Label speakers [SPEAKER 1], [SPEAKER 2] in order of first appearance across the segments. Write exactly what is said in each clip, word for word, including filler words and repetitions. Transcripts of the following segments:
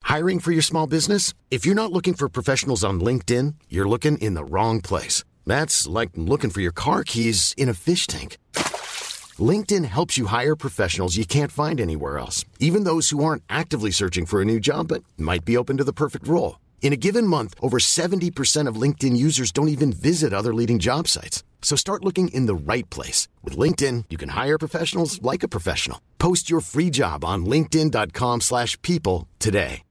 [SPEAKER 1] Hiring for your small business? If you're not looking for professionals on LinkedIn, you're looking in the wrong place. That's like looking for your car keys in a fish tank. LinkedIn helps you hire professionals you can't find anywhere else, even those who aren't actively searching for a new job but might be open to the perfect role. In a given month, over seventy percent of LinkedIn users don't even visit other leading job sites. So start looking in the right place. With LinkedIn, you can hire professionals like a professional. Post your free job on linkedin dot com slash people today.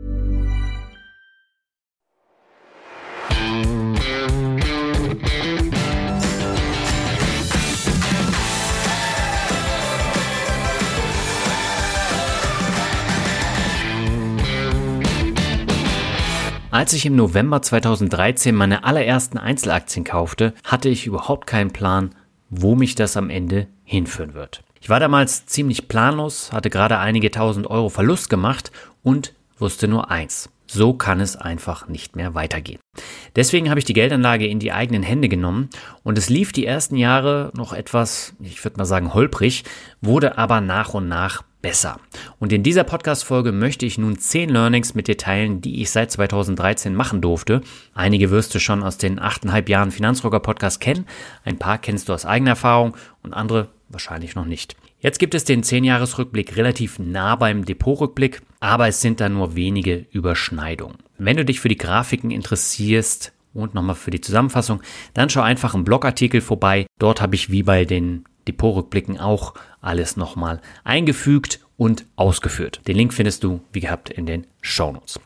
[SPEAKER 2] Als ich im November zweitausenddreizehn meine allerersten Einzelaktien kaufte, hatte ich überhaupt keinen Plan, wo mich das am Ende hinführen wird. Ich war damals ziemlich planlos, hatte gerade einige tausend Euro Verlust gemacht und wusste nur eins: So kann es einfach nicht mehr weitergehen. Deswegen habe ich die Geldanlage in die eigenen Hände genommen und es lief die ersten Jahre noch etwas, ich würde mal sagen holprig, wurde aber nach und nach besser. Und in dieser Podcast-Folge möchte ich nun zehn Learnings mit dir teilen, die ich seit zweitausenddreizehn machen durfte. Einige wirst du schon aus den achteinhalb Jahren Finanzrocker-Podcast kennen, ein paar kennst du aus eigener Erfahrung und andere wahrscheinlich noch nicht. Jetzt gibt es den zehn-Jahres-Rückblick relativ nah beim Depot-Rückblick, aber es sind da nur wenige Überschneidungen. Wenn du dich für die Grafiken interessierst und nochmal für die Zusammenfassung, dann schau einfach im Blogartikel vorbei. Dort habe ich wie bei den Depot-Rückblicken auch alles nochmal eingefügt und ausgeführt. Den Link findest du, wie gehabt, in den Shownotes.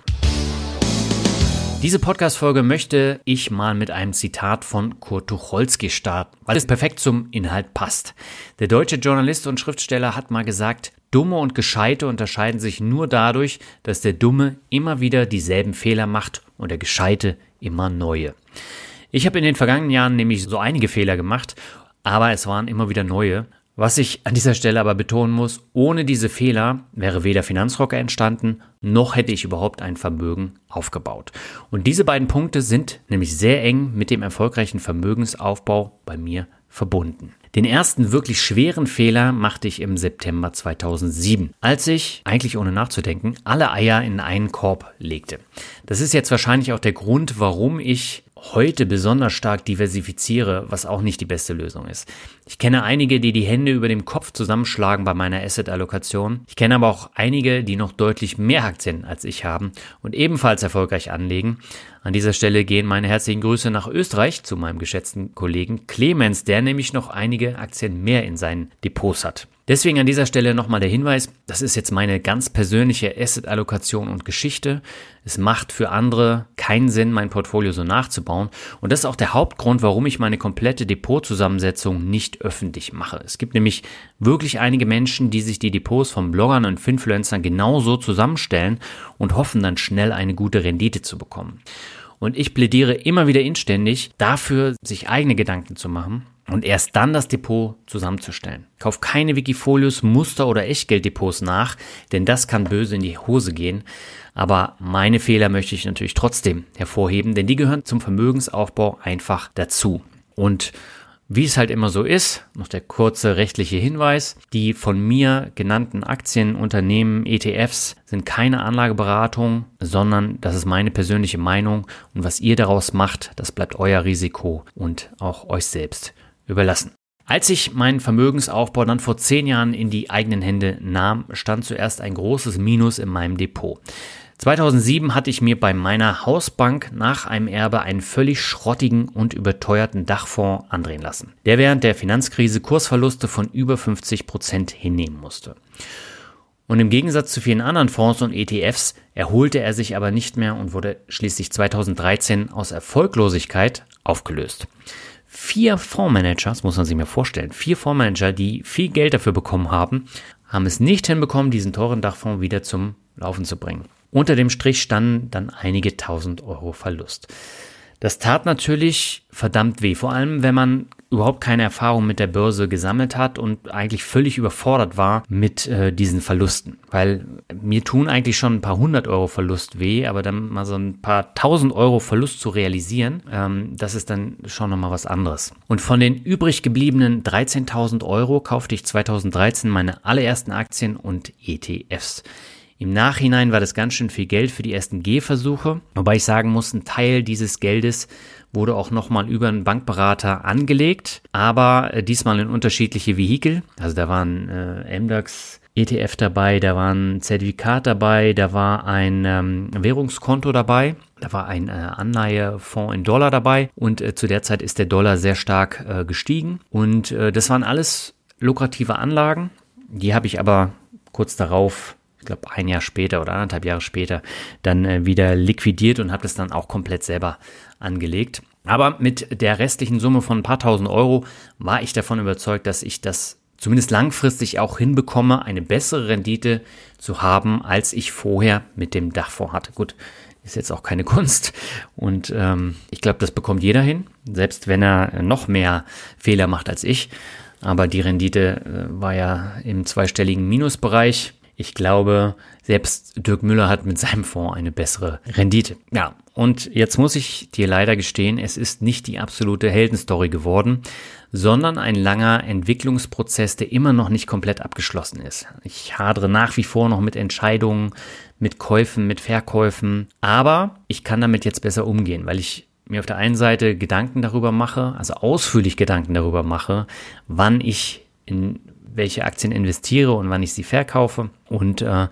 [SPEAKER 2] Diese Podcast-Folge möchte ich mal mit einem Zitat von Kurt Tucholsky starten, weil es perfekt zum Inhalt passt. Der deutsche Journalist und Schriftsteller hat mal gesagt, Dumme und Gescheite unterscheiden sich nur dadurch, dass der Dumme immer wieder dieselben Fehler macht und der Gescheite immer neue. Ich habe in den vergangenen Jahren nämlich so einige Fehler gemacht, aber es waren immer wieder neue. Was ich an dieser Stelle aber betonen muss, ohne diese Fehler wäre weder Finanzrocker entstanden, noch hätte ich überhaupt ein Vermögen aufgebaut. Und diese beiden Punkte sind nämlich sehr eng mit dem erfolgreichen Vermögensaufbau bei mir verbunden. Den ersten wirklich schweren Fehler machte ich im September zweitausendsieben, als ich, eigentlich ohne nachzudenken, alle Eier in einen Korb legte. Das ist jetzt wahrscheinlich auch der Grund, warum ich heute besonders stark diversifiziere, was auch nicht die beste Lösung ist. Ich kenne einige, die die Hände über dem Kopf zusammenschlagen bei meiner Asset-Allokation. Ich kenne aber auch einige, die noch deutlich mehr Aktien als ich haben und ebenfalls erfolgreich anlegen. An dieser Stelle gehen meine herzlichen Grüße nach Österreich zu meinem geschätzten Kollegen Clemens, der nämlich noch einige Aktien mehr in seinen Depots hat. Deswegen an dieser Stelle nochmal der Hinweis, das ist jetzt meine ganz persönliche Asset-Allokation und Geschichte. Es macht für andere keinen Sinn, mein Portfolio so nachzubauen. Und das ist auch der Hauptgrund, warum ich meine komplette Depotzusammensetzung nicht öffentlich mache. Es gibt nämlich wirklich einige Menschen, die sich die Depots von Bloggern und Finfluencern genauso zusammenstellen und hoffen dann schnell eine gute Rendite zu bekommen. Und ich plädiere immer wieder inständig dafür, sich eigene Gedanken zu machen und erst dann das Depot zusammenzustellen. Kauf keine Wikifolios, Muster- oder Echtgelddepots nach, denn das kann böse in die Hose gehen. Aber meine Fehler möchte ich natürlich trotzdem hervorheben, denn die gehören zum Vermögensaufbau einfach dazu. Und wie es halt immer so ist, noch der kurze rechtliche Hinweis, die von mir genannten Aktien, Unternehmen, E T Fs sind keine Anlageberatung, sondern das ist meine persönliche Meinung und was ihr daraus macht, das bleibt euer Risiko und auch euch selbst überlassen. Als ich meinen Vermögensaufbau dann vor zehn Jahren in die eigenen Hände nahm, stand zuerst ein großes Minus in meinem Depot. zweitausendsieben hatte ich mir bei meiner Hausbank nach einem Erbe einen völlig schrottigen und überteuerten Dachfonds andrehen lassen, der während der Finanzkrise Kursverluste von über fünfzig Prozent hinnehmen musste. Und im Gegensatz zu vielen anderen Fonds und E T Fs erholte er sich aber nicht mehr und wurde schließlich zweitausenddreizehn aus Erfolglosigkeit aufgelöst. Vier Fondsmanager, das muss man sich mal vorstellen, vier Fondsmanager, die viel Geld dafür bekommen haben, haben es nicht hinbekommen, diesen teuren Dachfonds wieder zum Laufen zu bringen. Unter dem Strich standen dann einige tausend Euro Verlust. Das tat natürlich verdammt weh, vor allem wenn man überhaupt keine Erfahrung mit der Börse gesammelt hat und eigentlich völlig überfordert war mit äh, diesen Verlusten. Weil mir tun eigentlich schon ein paar hundert Euro Verlust weh, aber dann mal so ein paar tausend Euro Verlust zu realisieren, ähm, das ist dann schon nochmal was anderes. Und von den übrig gebliebenen dreizehntausend Euro kaufte ich zweitausenddreizehn meine allerersten Aktien und E T Fs. Im Nachhinein war das ganz schön viel Geld für die ersten Gehversuche, wobei ich sagen muss, ein Teil dieses Geldes wurde auch nochmal über einen Bankberater angelegt, aber äh, diesmal in unterschiedliche Vehikel. Also da waren äh, M DAX E T F dabei, da war ein Zertifikat dabei, da war ein ähm, Währungskonto dabei, da war ein äh, Anleihefonds in Dollar dabei und äh, zu der Zeit ist der Dollar sehr stark äh, gestiegen und äh, das waren alles lukrative Anlagen. Die habe ich aber kurz darauf, ich glaube ein Jahr später oder anderthalb Jahre später, dann äh, wieder liquidiert und habe das dann auch komplett selber angelegt. Aber mit der restlichen Summe von ein paar tausend Euro war ich davon überzeugt, dass ich das zumindest langfristig auch hinbekomme, eine bessere Rendite zu haben, als ich vorher mit dem Dachfonds hatte. Gut, ist jetzt auch keine Kunst und ähm, ich glaube, das bekommt jeder hin, selbst wenn er noch mehr Fehler macht als ich. Aber die Rendite äh, war ja im zweistelligen Minusbereich. Ich glaube, selbst Dirk Müller hat mit seinem Fonds eine bessere Rendite. Ja, und jetzt muss ich dir leider gestehen, es ist nicht die absolute Heldenstory geworden, sondern ein langer Entwicklungsprozess, der immer noch nicht komplett abgeschlossen ist. Ich hadere nach wie vor noch mit Entscheidungen, mit Käufen, mit Verkäufen, aber ich kann damit jetzt besser umgehen, weil ich mir auf der einen Seite Gedanken darüber mache, also ausführlich Gedanken darüber mache, wann ich in welche Aktien investiere und wann ich sie verkaufe. Und äh,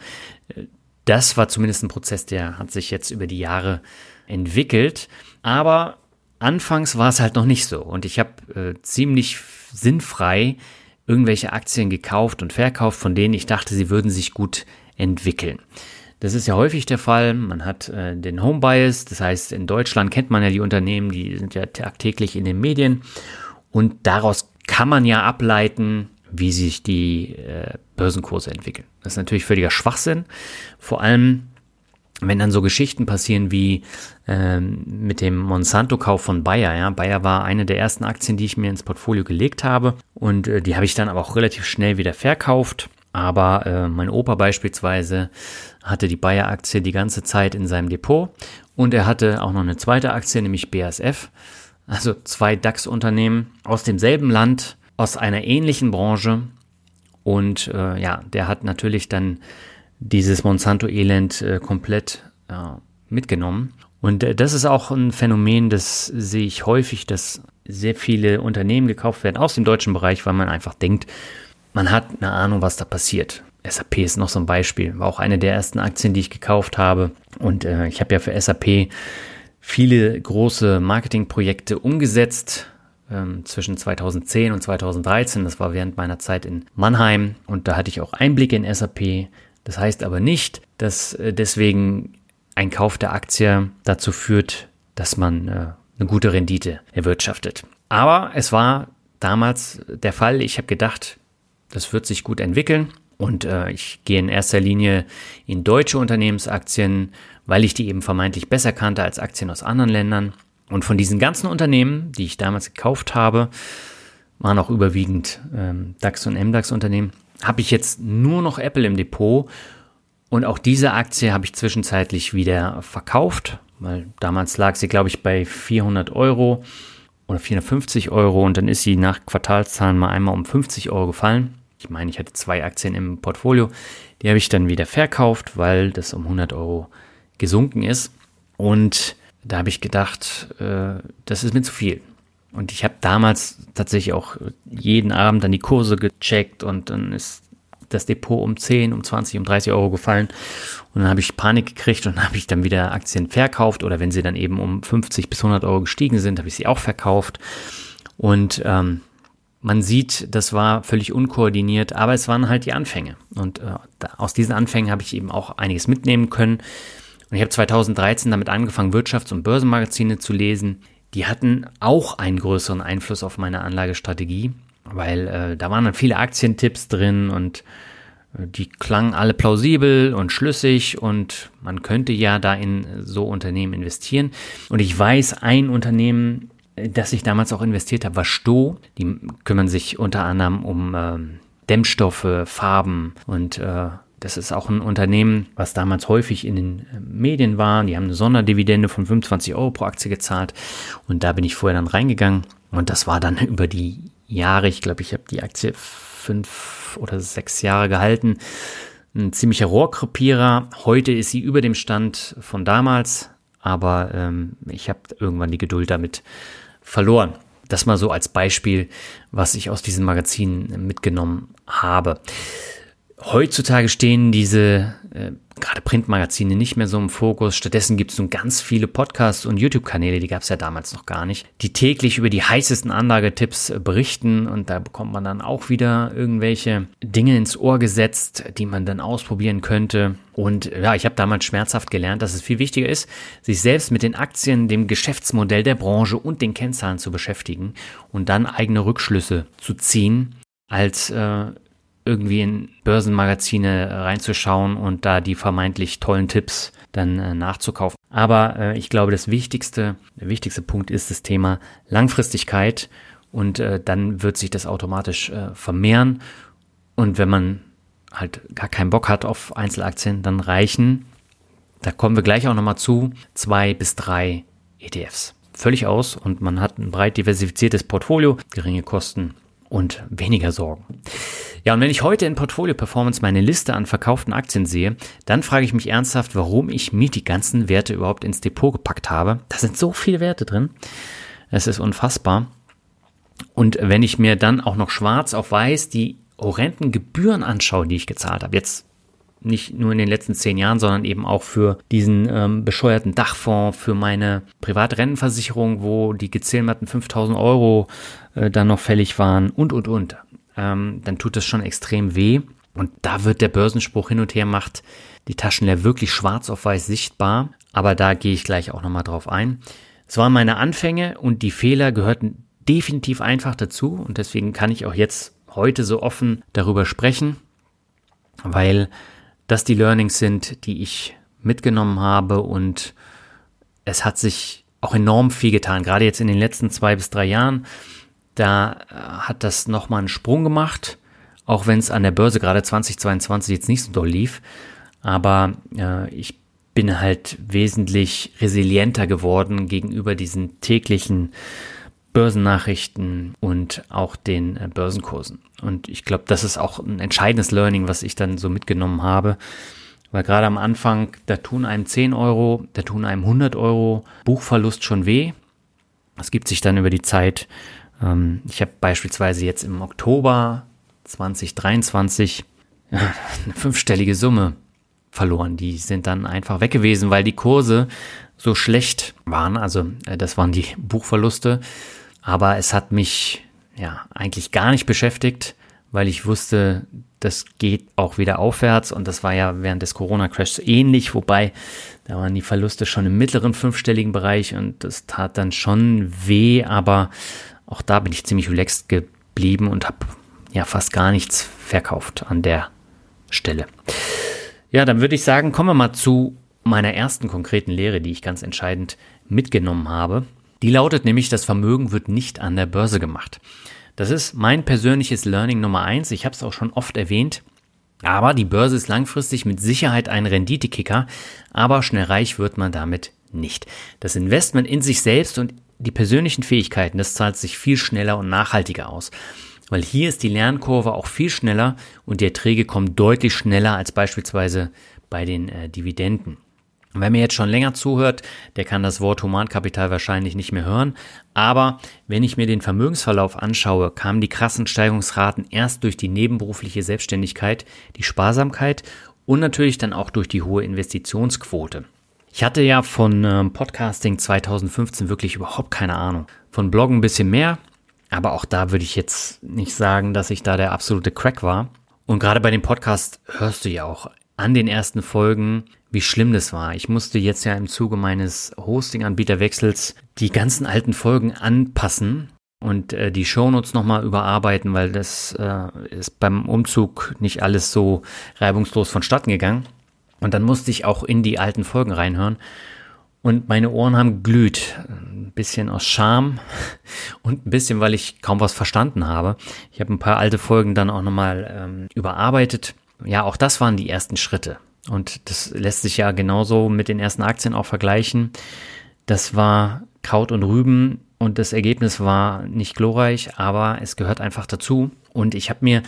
[SPEAKER 2] das war zumindest ein Prozess, der hat sich jetzt über die Jahre entwickelt. Aber anfangs war es halt noch nicht so. Und ich habe äh, ziemlich sinnfrei irgendwelche Aktien gekauft und verkauft, von denen ich dachte, sie würden sich gut entwickeln. Das ist ja häufig der Fall. Man hat äh, den Home Bias, das heißt, in Deutschland kennt man ja die Unternehmen, die sind ja tagtäglich in den Medien. Und daraus kann man ja ableiten, wie sich die äh, Börsenkurse entwickeln. Das ist natürlich völliger Schwachsinn. Vor allem, wenn dann so Geschichten passieren wie ähm, mit dem Monsanto-Kauf von Bayer. Ja? Bayer war eine der ersten Aktien, die ich mir ins Portfolio gelegt habe. Und äh, die habe ich dann aber auch relativ schnell wieder verkauft. Aber äh, mein Opa beispielsweise hatte die Bayer-Aktie die ganze Zeit in seinem Depot. Und er hatte auch noch eine zweite Aktie, nämlich B A S F. Also zwei DAX-Unternehmen aus demselben Land, aus einer ähnlichen Branche und äh, ja, der hat natürlich dann dieses Monsanto-Elend äh, komplett äh, mitgenommen. Und äh, das ist auch ein Phänomen, das sehe ich häufig, dass sehr viele Unternehmen gekauft werden aus dem deutschen Bereich, weil man einfach denkt, man hat eine Ahnung, was da passiert. S A P ist noch so ein Beispiel, war auch eine der ersten Aktien, die ich gekauft habe. Und äh, ich habe ja für S A P viele große Marketingprojekte umgesetzt, zwischen zweitausendzehn und zweitausenddreizehn, das war während meiner Zeit in Mannheim und da hatte ich auch Einblicke in S A P. Das heißt aber nicht, dass deswegen ein Kauf der Aktie dazu führt, dass man eine gute Rendite erwirtschaftet. Aber es war damals der Fall, ich habe gedacht, das wird sich gut entwickeln und ich gehe in erster Linie in deutsche Unternehmensaktien, weil ich die eben vermeintlich besser kannte als Aktien aus anderen Ländern. Und von diesen ganzen Unternehmen, die ich damals gekauft habe, waren auch überwiegend ähm, DAX- und M DAX-Unternehmen, habe ich jetzt nur noch Apple im Depot. Und auch diese Aktie habe ich zwischenzeitlich wieder verkauft, weil damals lag sie, glaube ich, bei vierhundert Euro oder vierhundertfünfzig Euro. Und dann ist sie nach Quartalszahlen mal einmal um fünfzig Euro gefallen. Ich meine, ich hatte zwei Aktien im Portfolio. Die habe ich dann wieder verkauft, weil das um hundert Euro gesunken ist. Und da habe ich gedacht, äh, das ist mir zu viel. Und ich habe damals tatsächlich auch jeden Abend dann die Kurse gecheckt und dann ist das Depot um zehn, um zwanzig, um dreißig Euro gefallen. Und dann habe ich Panik gekriegt und dann habe ich dann wieder Aktien verkauft oder wenn sie dann eben um fünfzig bis hundert Euro gestiegen sind, habe ich sie auch verkauft. Und ähm, man sieht, das war völlig unkoordiniert, aber es waren halt die Anfänge. Und äh, da, aus diesen Anfängen habe ich eben auch einiges mitnehmen können. Und ich habe zweitausenddreizehn damit angefangen, Wirtschafts- und Börsenmagazine zu lesen. Die hatten auch einen größeren Einfluss auf meine Anlagestrategie, weil äh, da waren dann viele Aktientipps drin und äh, die klangen alle plausibel und schlüssig und man könnte ja da in so Unternehmen investieren. Und ich weiß, ein Unternehmen, das ich damals auch investiert habe, war Sto. Die kümmern sich unter anderem um äh, Dämmstoffe, Farben und äh, das ist auch ein Unternehmen, was damals häufig in den Medien war. Die haben eine Sonderdividende von fünfundzwanzig Euro pro Aktie gezahlt. Und da bin ich vorher dann reingegangen. Und das war dann über die Jahre, ich glaube, ich habe die Aktie fünf oder sechs Jahre gehalten, ein ziemlicher Rohrkrepierer. Heute ist sie über dem Stand von damals, aber ähm, ich habe irgendwann die Geduld damit verloren. Das mal so als Beispiel, was ich aus diesem Magazin mitgenommen habe. Heutzutage stehen diese äh, gerade Printmagazine nicht mehr so im Fokus. Stattdessen gibt es nun ganz viele Podcasts und YouTube-Kanäle, die gab es ja damals noch gar nicht, die täglich über die heißesten Anlagetipps äh, berichten, und da bekommt man dann auch wieder irgendwelche Dinge ins Ohr gesetzt, die man dann ausprobieren könnte. Und ja, ich habe damals schmerzhaft gelernt, dass es viel wichtiger ist, sich selbst mit den Aktien, dem Geschäftsmodell der Branche und den Kennzahlen zu beschäftigen und dann eigene Rückschlüsse zu ziehen, als äh, irgendwie in Börsenmagazine reinzuschauen und da die vermeintlich tollen Tipps dann äh, nachzukaufen. Aber äh, ich glaube, das wichtigste, der wichtigste Punkt ist das Thema Langfristigkeit, und äh, dann wird sich das automatisch äh, vermehren. Und wenn man halt gar keinen Bock hat auf Einzelaktien, dann reichen, da kommen wir gleich auch nochmal zu, zwei bis drei E T Fs. Völlig aus, und man hat ein breit diversifiziertes Portfolio, geringe Kosten und weniger Sorgen. Ja, und wenn ich heute in Portfolio Performance meine Liste an verkauften Aktien sehe, dann frage ich mich ernsthaft, warum ich mir die ganzen Werte überhaupt ins Depot gepackt habe. Da sind so viele Werte drin. Es ist unfassbar. Und wenn ich mir dann auch noch schwarz auf weiß die horrenden Gebühren anschaue, die ich gezahlt habe, jetzt nicht nur in den letzten zehn Jahren, sondern eben auch für diesen ähm, bescheuerten Dachfonds, für meine Privatrentenversicherung, wo die gezähmmerten fünftausend Euro äh, dann noch fällig waren und, und, und. Ähm, dann tut das schon extrem weh. Und da wird der Börsenspruch hin und her, macht die Taschen leer, wirklich schwarz auf weiß sichtbar. Aber da gehe ich gleich auch nochmal drauf ein. Es waren meine Anfänge, und die Fehler gehörten definitiv einfach dazu. Und deswegen kann ich auch jetzt heute so offen darüber sprechen, weil das die Learnings sind, die ich mitgenommen habe, und es hat sich auch enorm viel getan, gerade jetzt in den letzten zwei bis drei Jahren. Da hat das nochmal einen Sprung gemacht, auch wenn es an der Börse gerade zwanzig zweiundzwanzig jetzt nicht so doll lief, aber äh, ich bin halt wesentlich resilienter geworden gegenüber diesen täglichen Börsennachrichten und auch den äh, Börsenkursen. Und ich glaube, das ist auch ein entscheidendes Learning, was ich dann so mitgenommen habe. Weil gerade am Anfang, da tun einem zehn Euro, da tun einem hundert Euro Buchverlust schon weh. Das gibt sich dann über die Zeit. Ähm, ich habe beispielsweise jetzt im Oktober zwanzig dreiundzwanzig ja, eine fünfstellige Summe verloren. Die sind dann einfach weg gewesen, weil die Kurse so schlecht waren. Also äh, das waren die Buchverluste. Aber es hat mich ja eigentlich gar nicht beschäftigt, weil ich wusste, das geht auch wieder aufwärts, und das war ja während des Corona-Crashs ähnlich, wobei da waren die Verluste schon im mittleren fünfstelligen Bereich, und das tat dann schon weh, aber auch da bin ich ziemlich relaxed geblieben und habe ja fast gar nichts verkauft an der Stelle. Ja, dann würde ich sagen, kommen wir mal zu meiner ersten konkreten Lehre, die ich ganz entscheidend mitgenommen habe. Die lautet nämlich, das Vermögen wird nicht an der Börse gemacht. Das ist mein persönliches Learning Nummer eins. Ich habe es auch schon oft erwähnt. Aber die Börse ist langfristig mit Sicherheit ein Renditekicker. Aber schnell reich wird man damit nicht. Das Investment in sich selbst und die persönlichen Fähigkeiten, das zahlt sich viel schneller und nachhaltiger aus. Weil hier ist die Lernkurve auch viel schneller und die Erträge kommen deutlich schneller als beispielsweise bei den äh, Dividenden. Und wer mir jetzt schon länger zuhört, der kann das Wort Humankapital wahrscheinlich nicht mehr hören. Aber wenn ich mir den Vermögensverlauf anschaue, kamen die krassen Steigungsraten erst durch die nebenberufliche Selbstständigkeit, die Sparsamkeit und natürlich dann auch durch die hohe Investitionsquote. Ich hatte ja von ähm, Podcasting zweitausendfünfzehn wirklich überhaupt keine Ahnung. Von Bloggen ein bisschen mehr, aber auch da würde ich jetzt nicht sagen, dass ich da der absolute Crack war. Und gerade bei dem Podcast hörst du ja auch an den ersten Folgen, wie schlimm das war. Ich musste jetzt ja im Zuge meines Hosting-Anbieterwechsels die ganzen alten Folgen anpassen und äh, die Shownotes nochmal überarbeiten, weil das äh, ist beim Umzug nicht alles so reibungslos vonstatten gegangen. Und dann musste ich auch in die alten Folgen reinhören. Und meine Ohren haben geglüht. Ein bisschen aus Scham und ein bisschen, weil ich kaum was verstanden habe. Ich habe ein paar alte Folgen dann auch nochmal ähm, überarbeitet. Ja, auch das waren die ersten Schritte. Und das lässt sich ja genauso mit den ersten Aktien auch vergleichen. Das war Kraut und Rüben und das Ergebnis war nicht glorreich, aber es gehört einfach dazu. Und ich habe mir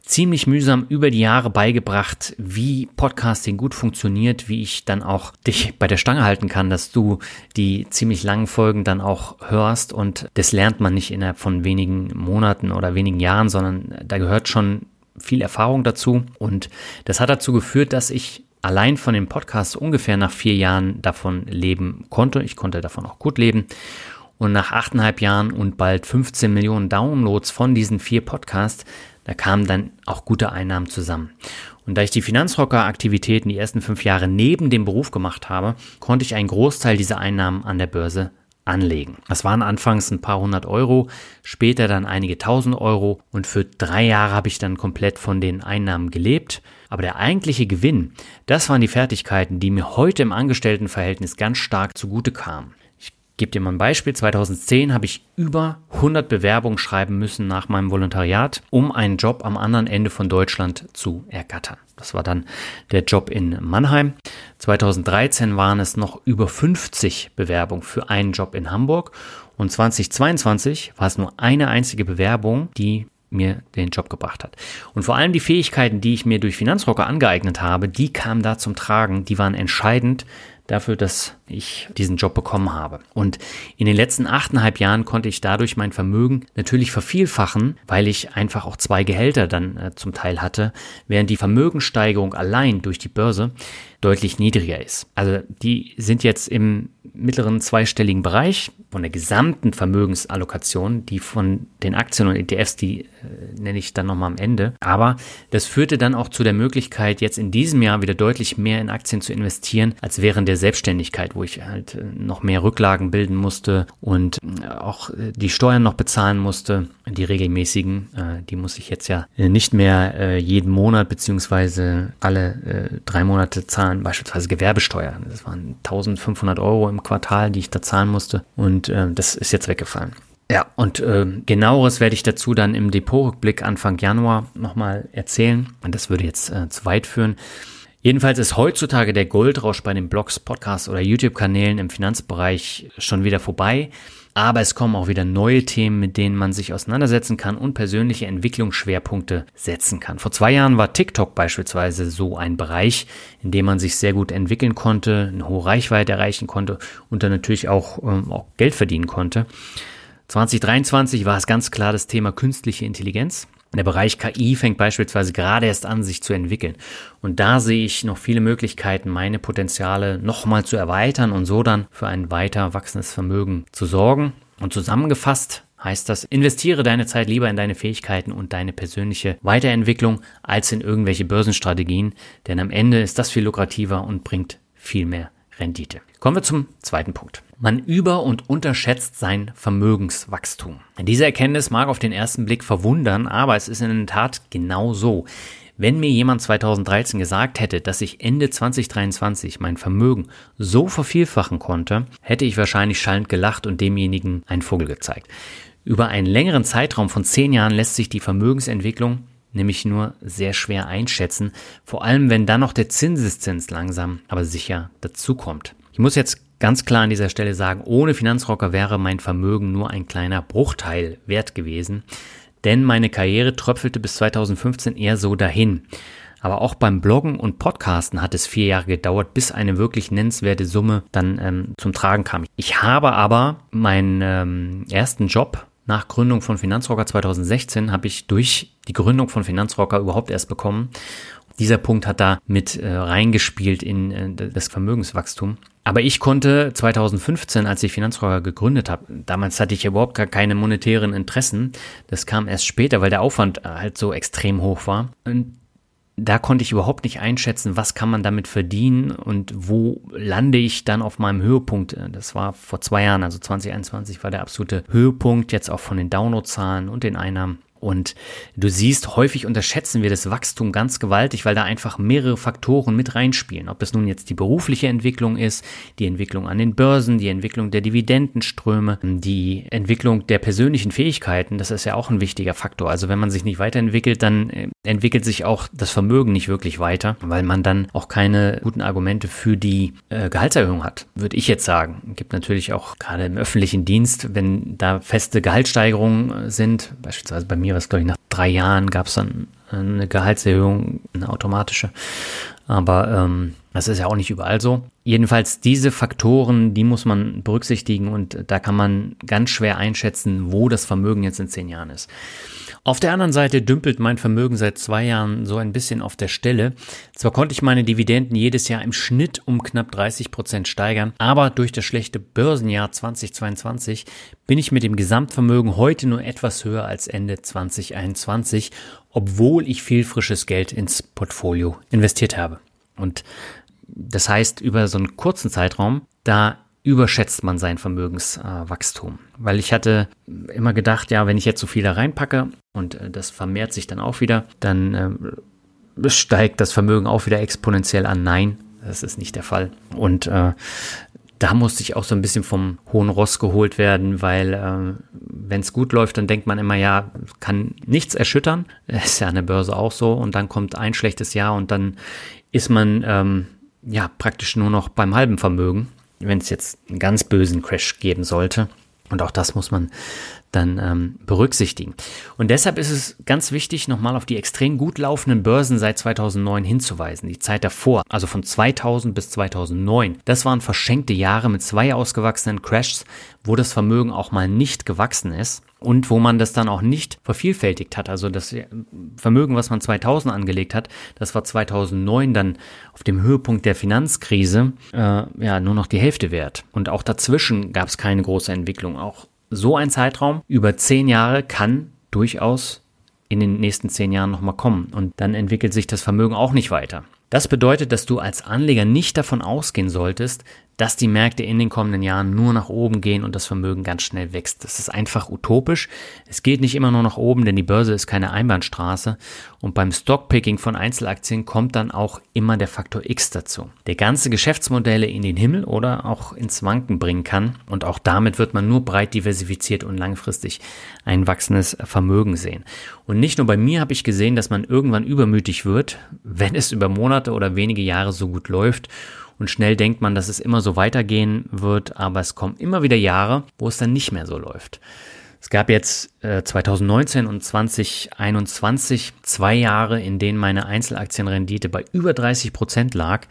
[SPEAKER 2] ziemlich mühsam über die Jahre beigebracht, wie Podcasting gut funktioniert, wie ich dann auch dich bei der Stange halten kann, dass du die ziemlich langen Folgen dann auch hörst, und das lernt man nicht innerhalb von wenigen Monaten oder wenigen Jahren, sondern da gehört schon viel Erfahrung dazu, und das hat dazu geführt, dass ich allein von dem Podcast ungefähr nach vier Jahren davon leben konnte. Ich konnte davon auch gut leben. Und nach achteinhalb Jahren und bald fünfzehn Millionen Downloads von diesen vier Podcasts, da kamen dann auch gute Einnahmen zusammen. Und da ich die Finanzrocker-Aktivitäten die ersten fünf Jahre neben dem Beruf gemacht habe, konnte ich einen Großteil dieser Einnahmen an der Börse anlegen. Das waren anfangs ein paar hundert Euro, später dann einige tausend Euro, und für drei Jahre habe ich dann komplett von den Einnahmen gelebt. Aber der eigentliche Gewinn, das waren die Fertigkeiten, die mir heute im Angestelltenverhältnis ganz stark zugute kamen. Ich gebe dir mal ein Beispiel. zweitausendzehn habe ich über hundert Bewerbungen schreiben müssen nach meinem Volontariat, um einen Job am anderen Ende von Deutschland zu ergattern. Das war dann der Job in Mannheim. zweitausenddreizehn waren es noch über fünfzig Bewerbungen für einen Job in Hamburg. Und zweitausendzweiundzwanzig war es nur eine einzige Bewerbung, die mir den Job gebracht hat. Und vor allem die Fähigkeiten, die ich mir durch Finanzrocker angeeignet habe, die kamen da zum Tragen. Die waren entscheidend dafür, dass ich diesen Job bekommen habe. Und in den letzten achteinhalb Jahren konnte ich dadurch mein Vermögen natürlich vervielfachen, weil ich einfach auch zwei Gehälter dann äh, zum Teil hatte, während die Vermögenssteigerung allein durch die Börse deutlich niedriger ist. Also die sind jetzt im mittleren zweistelligen Bereich von der gesamten Vermögensallokation, die von den Aktien und E T Fs, die äh, nenne ich dann nochmal am Ende. Aber das führte dann auch zu der Möglichkeit, jetzt in diesem Jahr wieder deutlich mehr in Aktien zu investieren, als während der Selbstständigkeit, wo ich halt äh, noch mehr Rücklagen bilden musste und äh, auch äh, die Steuern noch bezahlen musste, die regelmäßigen. Äh, die muss ich jetzt ja äh, nicht mehr äh, jeden Monat beziehungsweise alle äh, drei Monate zahlen, beispielsweise Gewerbesteuer. Das waren eintausendfünfhundert Euro im Quartal, die ich da zahlen musste, und äh, das ist jetzt weggefallen. Ja, und äh, genaueres werde ich dazu dann im Depotrückblick Anfang Januar nochmal erzählen, und das würde jetzt äh, zu weit führen. Jedenfalls ist heutzutage der Goldrausch bei den Blogs, Podcasts oder YouTube-Kanälen im Finanzbereich schon wieder vorbei. Aber es kommen auch wieder neue Themen, mit denen man sich auseinandersetzen kann und persönliche Entwicklungsschwerpunkte setzen kann. Vor zwei Jahren war TikTok beispielsweise so ein Bereich, in dem man sich sehr gut entwickeln konnte, eine hohe Reichweite erreichen konnte und dann natürlich auch, ähm, auch Geld verdienen konnte. zwanzig dreiundzwanzig war es ganz klar das Thema künstliche Intelligenz. Der Bereich K I fängt beispielsweise gerade erst an, sich zu entwickeln. Und da sehe ich noch viele Möglichkeiten, meine Potenziale nochmal zu erweitern und so dann für ein weiter wachsendes Vermögen zu sorgen. Und zusammengefasst heißt das, investiere deine Zeit lieber in deine Fähigkeiten und deine persönliche Weiterentwicklung als in irgendwelche Börsenstrategien, denn am Ende ist das viel lukrativer und bringt viel mehr Rendite. Kommen wir zum zweiten Punkt. Man über- und unterschätzt sein Vermögenswachstum. Diese Erkenntnis mag auf den ersten Blick verwundern, aber es ist in der Tat genau so. Wenn mir jemand zweitausenddreizehn gesagt hätte, dass ich Ende zwanzig dreiundzwanzig mein Vermögen so vervielfachen konnte, hätte ich wahrscheinlich schallend gelacht und demjenigen einen Vogel gezeigt. Über einen längeren Zeitraum von zehn Jahren lässt sich die Vermögensentwicklung nämlich nur sehr schwer einschätzen, vor allem wenn dann noch der Zinseszins langsam, aber sicher dazukommt. Ich muss jetzt ganz klar an dieser Stelle sagen, ohne Finanzrocker wäre mein Vermögen nur ein kleiner Bruchteil wert gewesen, denn meine Karriere tröpfelte bis zweitausendfünfzehn eher so dahin. Aber auch beim Bloggen und Podcasten hat es vier Jahre gedauert, bis eine wirklich nennenswerte Summe dann ähm, zum Tragen kam. Ich habe aber meinen ähm, ersten Job nach Gründung von Finanzrocker zweitausendsechzehn habe ich durch die Gründung von Finanzrocker überhaupt erst bekommen. Dieser Punkt hat da mit äh, reingespielt in äh, das Vermögenswachstum. Aber ich konnte zweitausendfünfzehn, als ich Finanzrocker gegründet habe, damals hatte ich überhaupt gar keine monetären Interessen. Das kam erst später, weil der Aufwand halt so extrem hoch war. Und da konnte ich überhaupt nicht einschätzen, was kann man damit verdienen und wo lande ich dann auf meinem Höhepunkt. Das war vor zwei Jahren, also zwanzig einundzwanzig war der absolute Höhepunkt, jetzt auch von den Downloadzahlen und den Einnahmen. Und du siehst, häufig unterschätzen wir das Wachstum ganz gewaltig, weil da einfach mehrere Faktoren mit reinspielen. Ob das nun jetzt die berufliche Entwicklung ist, die Entwicklung an den Börsen, die Entwicklung der Dividendenströme, die Entwicklung der persönlichen Fähigkeiten, das ist ja auch ein wichtiger Faktor. Also wenn man sich nicht weiterentwickelt, dann entwickelt sich auch das Vermögen nicht wirklich weiter, weil man dann auch keine guten Argumente für die äh, Gehaltserhöhung hat, würde ich jetzt sagen. Es gibt natürlich auch gerade im öffentlichen Dienst, wenn da feste Gehaltssteigerungen sind, beispielsweise bei mir mir war es, glaube ich, nach drei Jahren gab es dann eine Gehaltserhöhung, eine automatische. Aber ähm, das ist ja auch nicht überall so. Jedenfalls diese Faktoren, die muss man berücksichtigen und da kann man ganz schwer einschätzen, wo das Vermögen jetzt in zehn Jahren ist. Auf der anderen Seite dümpelt mein Vermögen seit zwei Jahren so ein bisschen auf der Stelle. Zwar konnte ich meine Dividenden jedes Jahr im Schnitt um knapp dreißig Prozent steigern, aber durch das schlechte Börsenjahr zweitausendzweiundzwanzig bin ich mit dem Gesamtvermögen heute nur etwas höher als Ende zweitausendeinundzwanzig, obwohl ich viel frisches Geld ins Portfolio investiert habe. Und das heißt, über so einen kurzen Zeitraum, da überschätzt man sein Vermögenswachstum. Äh, Weil ich hatte immer gedacht, ja, wenn ich jetzt so viel da reinpacke und äh, das vermehrt sich dann auch wieder, dann äh, steigt das Vermögen auch wieder exponentiell an. Nein, das ist nicht der Fall. Und äh, da musste ich auch so ein bisschen vom hohen Ross geholt werden, weil äh, wenn es gut läuft, dann denkt man immer, ja, kann nichts erschüttern. Das ist ja an der Börse auch so. Und dann kommt ein schlechtes Jahr und dann ist man ähm, ja praktisch nur noch beim halben Vermögen, wenn es jetzt einen ganz bösen Crash geben sollte. Und auch das muss man dann ähm, berücksichtigen. Und deshalb ist es ganz wichtig, nochmal auf die extrem gut laufenden Börsen seit zweitausendneun hinzuweisen. Die Zeit davor, also von zweitausend bis zweitausendneun, das waren verschenkte Jahre mit zwei ausgewachsenen Crashs, wo das Vermögen auch mal nicht gewachsen ist und wo man das dann auch nicht vervielfältigt hat. Also das Vermögen, was man zweitausend angelegt hat, das war zweitausendneun dann auf dem Höhepunkt der Finanzkrise äh, ja nur noch die Hälfte wert. Und auch dazwischen gab es keine große Entwicklung. Auch so ein Zeitraum über zehn Jahre kann durchaus in den nächsten zehn Jahren nochmal kommen. Und dann entwickelt sich das Vermögen auch nicht weiter. Das bedeutet, dass du als Anleger nicht davon ausgehen solltest, dass die Märkte in den kommenden Jahren nur nach oben gehen und das Vermögen ganz schnell wächst. Das ist einfach utopisch. Es geht nicht immer nur nach oben, denn die Börse ist keine Einbahnstraße. Und beim Stockpicking von Einzelaktien kommt dann auch immer der Faktor X dazu, der ganze Geschäftsmodelle in den Himmel oder auch ins Wanken bringen kann. Und auch damit wird man nur breit diversifiziert und langfristig ein wachsendes Vermögen sehen. Und nicht nur bei mir habe ich gesehen, dass man irgendwann übermütig wird, wenn es über Monate oder wenige Jahre so gut läuft. Und schnell denkt man, dass es immer so weitergehen wird, aber es kommen immer wieder Jahre, wo es dann nicht mehr so läuft. Es gab jetzt äh, zweitausendneunzehn und zweitausendeinundzwanzig zwei Jahre, in denen meine Einzelaktienrendite bei über dreißig Prozent lag.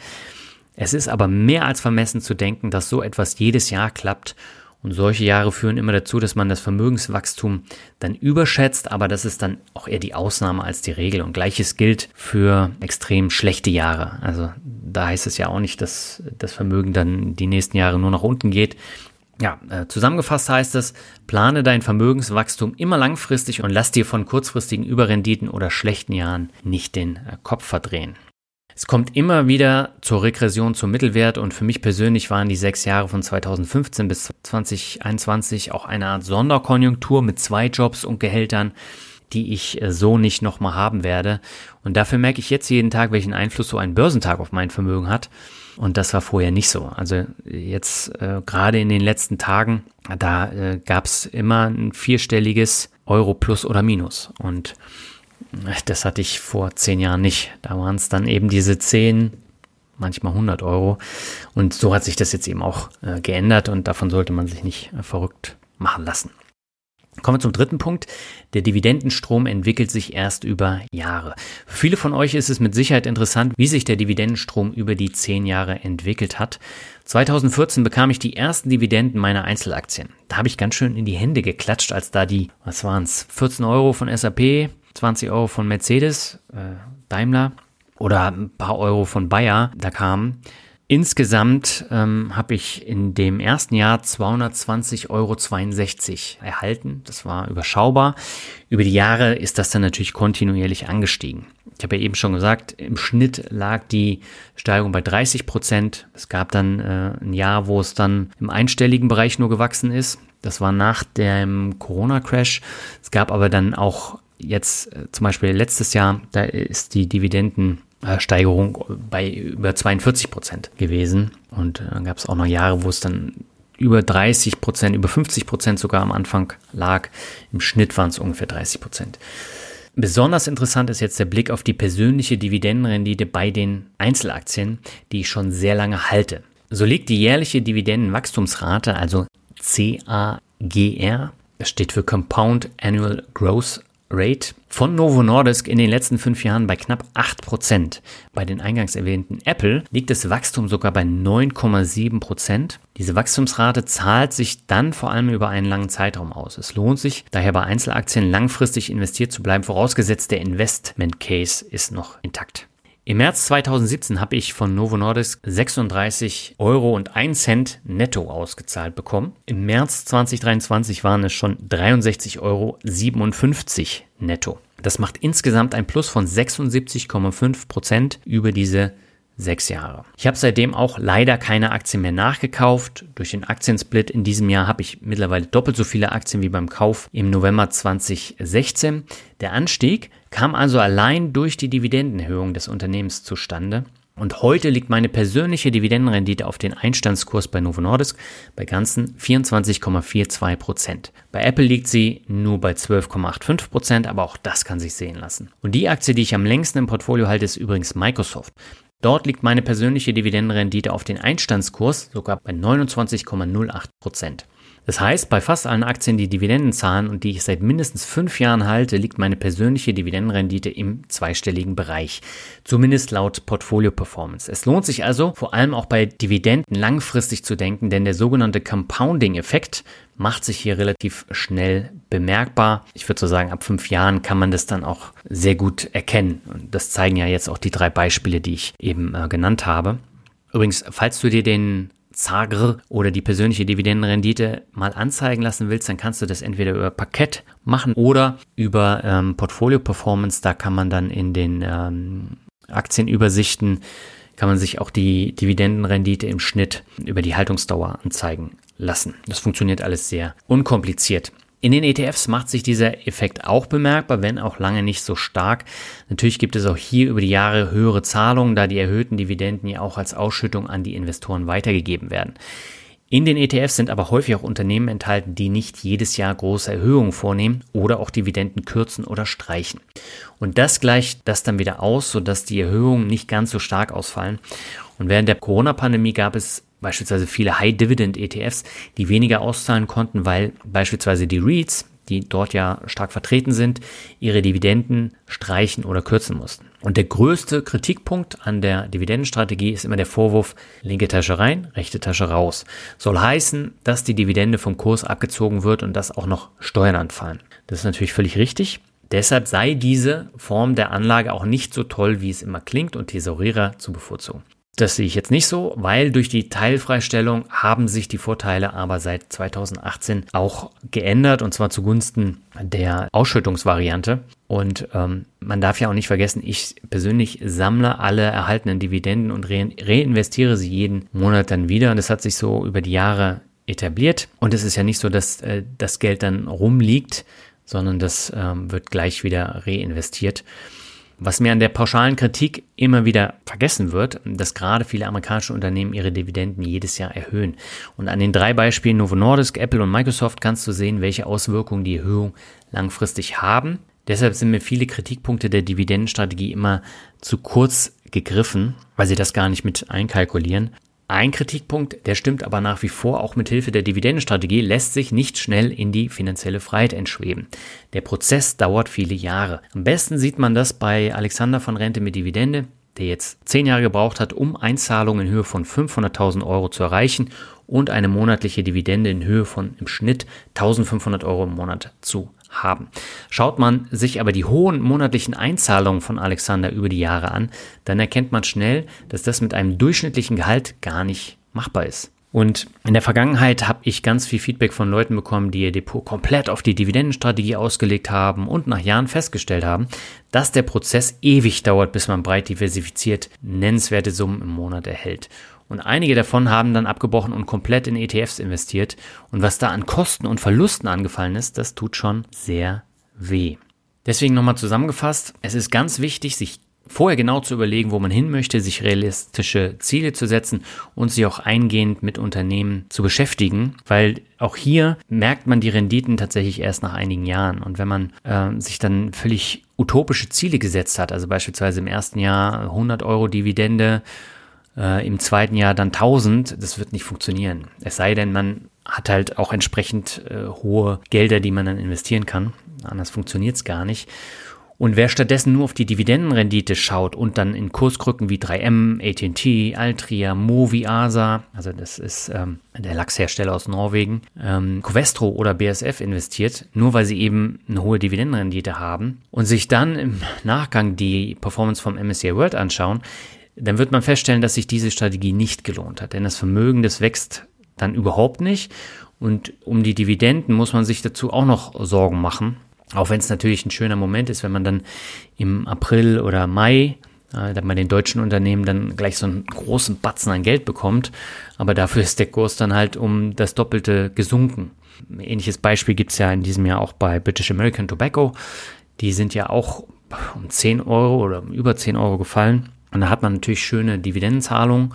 [SPEAKER 2] Es ist aber mehr als vermessen zu denken, dass so etwas jedes Jahr klappt. Und solche Jahre führen immer dazu, dass man das Vermögenswachstum dann überschätzt, aber das ist dann auch eher die Ausnahme als die Regel. Und Gleiches gilt für extrem schlechte Jahre. Also da heißt es ja auch nicht, dass das Vermögen dann die nächsten Jahre nur nach unten geht. Ja, äh, zusammengefasst heißt es, plane dein Vermögenswachstum immer langfristig und lass dir von kurzfristigen Überrenditen oder schlechten Jahren nicht den äh, Kopf verdrehen. Es kommt immer wieder zur Regression zum Mittelwert und für mich persönlich waren die sechs Jahre von zweitausendfünfzehn bis zweitausendeinundzwanzig auch eine Art Sonderkonjunktur mit zwei Jobs und Gehältern, die ich so nicht nochmal haben werde. Und dafür merke ich jetzt jeden Tag, welchen Einfluss so ein Börsentag auf mein Vermögen hat. Und das war vorher nicht so. Also jetzt äh, gerade in den letzten Tagen, da äh, gab es immer ein vierstelliges Euro plus oder minus. Und das hatte ich vor zehn Jahren nicht. Da waren es dann eben diese zehn, manchmal hundert Euro. Und so hat sich das jetzt eben auch äh, geändert und davon sollte man sich nicht äh, verrückt machen lassen. Kommen wir zum dritten Punkt. Der Dividendenstrom entwickelt sich erst über Jahre. Für viele von euch ist es mit Sicherheit interessant, wie sich der Dividendenstrom über die zehn Jahre entwickelt hat. zweitausendvierzehn bekam ich die ersten Dividenden meiner Einzelaktien. Da habe ich ganz schön in die Hände geklatscht, als da die, was waren es, vierzehn Euro von S A P, zwanzig Euro von Mercedes, äh, Daimler oder ein paar Euro von Bayer da kamen. Insgesamt ähm, habe ich in dem ersten Jahr zweihundertzwanzig Euro zweiundsechzig erhalten. Das war überschaubar. Über die Jahre ist das dann natürlich kontinuierlich angestiegen. Ich habe ja eben schon gesagt, im Schnitt lag die Steigerung bei dreißig Prozent. Es gab dann äh, ein Jahr, wo es dann im einstelligen Bereich nur gewachsen ist. Das war nach dem Corona-Crash. Es gab aber dann auch jetzt äh, zum Beispiel letztes Jahr, da ist die Dividendensteigerung bei über zweiundvierzig Prozent gewesen. Und dann gab es auch noch Jahre, wo es dann über dreißig Prozent, über fünfzig Prozent sogar am Anfang lag. Im Schnitt waren es ungefähr dreißig Prozent. Besonders interessant ist jetzt der Blick auf die persönliche Dividendenrendite bei den Einzelaktien, die ich schon sehr lange halte. So liegt die jährliche Dividendenwachstumsrate, also C A G R, das steht für Compound Annual Growth Rate von Novo Nordisk in den letzten fünf Jahren bei knapp acht Prozent. Bei den eingangs erwähnten Apple liegt das Wachstum sogar bei neun Komma sieben Prozent. Diese Wachstumsrate zahlt sich dann vor allem über einen langen Zeitraum aus. Es lohnt sich daher bei Einzelaktien langfristig investiert zu bleiben, vorausgesetzt der Investment Case ist noch intakt. Im März zweitausendsiebzehn habe ich von Novo Nordisk sechsunddreißig Euro und ein Cent netto ausgezahlt bekommen. Im März zweitausenddreiundzwanzig waren es schon dreiundsechzig Euro siebenundfünfzig netto. Das macht insgesamt ein Plus von sechsundsiebzig Komma fünf Prozent über diese sechs Jahre. Ich habe seitdem auch leider keine Aktien mehr nachgekauft. Durch den Aktiensplit in diesem Jahr habe ich mittlerweile doppelt so viele Aktien wie beim Kauf im November zweitausendsechzehn. Der Anstieg kam also allein durch die Dividendenerhöhung des Unternehmens zustande. Und heute liegt meine persönliche Dividendenrendite auf den Einstandskurs bei Novo Nordisk bei ganzen vierundzwanzig Komma zweiundvierzig Prozent. Bei Apple liegt sie nur bei zwölf Komma fünfundachtzig Prozent, aber auch das kann sich sehen lassen. Und die Aktie, die ich am längsten im Portfolio halte, ist übrigens Microsoft. Dort liegt meine persönliche Dividendenrendite auf den Einstandskurs sogar bei neunundzwanzig Komma null acht Prozent. Das heißt, bei fast allen Aktien, die Dividenden zahlen und die ich seit mindestens fünf Jahren halte, liegt meine persönliche Dividendenrendite im zweistelligen Bereich. Zumindest laut Portfolio Performance. Es lohnt sich also, vor allem auch bei Dividenden langfristig zu denken, denn der sogenannte Compounding-Effekt macht sich hier relativ schnell bemerkbar. Ich würde so sagen, ab fünf Jahren kann man das dann auch sehr gut erkennen. Und das zeigen ja jetzt auch die drei Beispiele, die ich eben äh, genannt habe. Übrigens, falls du dir den Z A G R oder die persönliche Dividendenrendite mal anzeigen lassen willst, dann kannst du das entweder über Parkett machen oder über ähm, Portfolio Performance. Da kann man dann in den ähm, Aktienübersichten, kann man sich auch die Dividendenrendite im Schnitt über die Haltungsdauer anzeigen lassen. Das funktioniert alles sehr unkompliziert. In den E T Fs macht sich dieser Effekt auch bemerkbar, wenn auch lange nicht so stark. Natürlich gibt es auch hier über die Jahre höhere Zahlungen, da die erhöhten Dividenden ja auch als Ausschüttung an die Investoren weitergegeben werden. In den E T Fs sind aber häufig auch Unternehmen enthalten, die nicht jedes Jahr große Erhöhungen vornehmen oder auch Dividenden kürzen oder streichen. Und das gleicht das dann wieder aus, sodass die Erhöhungen nicht ganz so stark ausfallen. Und während der Corona-Pandemie gab es beispielsweise viele High-Dividend-E T Fs, die weniger auszahlen konnten, weil beispielsweise die REITs, die dort ja stark vertreten sind, ihre Dividenden streichen oder kürzen mussten. Und der größte Kritikpunkt an der Dividendenstrategie ist immer der Vorwurf, linke Tasche rein, rechte Tasche raus. Soll heißen, dass die Dividende vom Kurs abgezogen wird und dass auch noch Steuern anfallen. Das ist natürlich völlig richtig. Deshalb sei diese Form der Anlage auch nicht so toll, wie es immer klingt und Tesorierer zu bevorzugen. Das sehe ich jetzt nicht so, weil durch die Teilfreistellung haben sich die Vorteile aber seit zweitausendachtzehn auch geändert und zwar zugunsten der Ausschüttungsvariante. Und ähm, man darf ja auch nicht vergessen, ich persönlich sammle alle erhaltenen Dividenden und re- reinvestiere sie jeden Monat dann wieder. Und das hat sich so über die Jahre etabliert. Und es ist ja nicht so, dass äh, das Geld dann rumliegt, sondern das ähm, wird gleich wieder reinvestiert. Was mir an der pauschalen Kritik immer wieder vergessen wird, dass gerade viele amerikanische Unternehmen ihre Dividenden jedes Jahr erhöhen. Und an den drei Beispielen Novo Nordisk, Apple und Microsoft kannst du sehen, welche Auswirkungen die Erhöhung langfristig haben. Deshalb sind mir viele Kritikpunkte der Dividendenstrategie immer zu kurz gegriffen, weil sie das gar nicht mit einkalkulieren. Ein Kritikpunkt, der stimmt aber nach wie vor, auch mit Hilfe der Dividendenstrategie lässt sich nicht schnell in die finanzielle Freiheit entschweben. Der Prozess dauert viele Jahre. Am besten sieht man das bei Alexander von Rente mit Dividende, der jetzt zehn Jahre gebraucht hat, um Einzahlungen in Höhe von fünfhunderttausend Euro zu erreichen und eine monatliche Dividende in Höhe von im Schnitt eintausendfünfhundert Euro im Monat zu haben. Schaut man sich aber die hohen monatlichen Einzahlungen von Alexander über die Jahre an, dann erkennt man schnell, dass das mit einem durchschnittlichen Gehalt gar nicht machbar ist. Und in der Vergangenheit habe ich ganz viel Feedback von Leuten bekommen, die ihr Depot komplett auf die Dividendenstrategie ausgelegt haben und nach Jahren festgestellt haben, dass der Prozess ewig dauert, bis man breit diversifiziert nennenswerte Summen im Monat erhält. Und einige davon haben dann abgebrochen und komplett in E T Fs investiert. Und was da an Kosten und Verlusten angefallen ist, das tut schon sehr weh. Deswegen nochmal zusammengefasst, es ist ganz wichtig, sich vorher genau zu überlegen, wo man hin möchte, sich realistische Ziele zu setzen und sich auch eingehend mit Unternehmen zu beschäftigen, weil auch hier merkt man die Renditen tatsächlich erst nach einigen Jahren. Und wenn man äh, sich dann völlig utopische Ziele gesetzt hat, also beispielsweise im ersten Jahr hundert Euro Dividende, äh, im zweiten Jahr dann tausend, das wird nicht funktionieren. Es sei denn, man hat halt auch entsprechend äh, hohe Gelder, die man dann investieren kann. Anders funktioniert es gar nicht. Und wer stattdessen nur auf die Dividendenrendite schaut und dann in Kurskrücken wie drei M, A T and T, Altria, Movi, Asa, also das ist ähm, der Lachshersteller aus Norwegen, ähm, Covestro oder B A S F investiert, nur weil sie eben eine hohe Dividendenrendite haben und sich dann im Nachgang die Performance vom M S C I World anschauen, dann wird man feststellen, dass sich diese Strategie nicht gelohnt hat. Denn das Vermögen, das wächst dann überhaupt nicht. Und um die Dividenden muss man sich dazu auch noch Sorgen machen. Auch wenn es natürlich ein schöner Moment ist, wenn man dann im April oder Mai äh, dann bei den deutschen Unternehmen dann gleich so einen großen Batzen an Geld bekommt. Aber dafür ist der Kurs dann halt um das Doppelte gesunken. Ein ähnliches Beispiel gibt es ja in diesem Jahr auch bei British American Tobacco. Die sind ja auch um zehn Euro oder um über zehn Euro gefallen. Und da hat man natürlich schöne Dividendenzahlungen.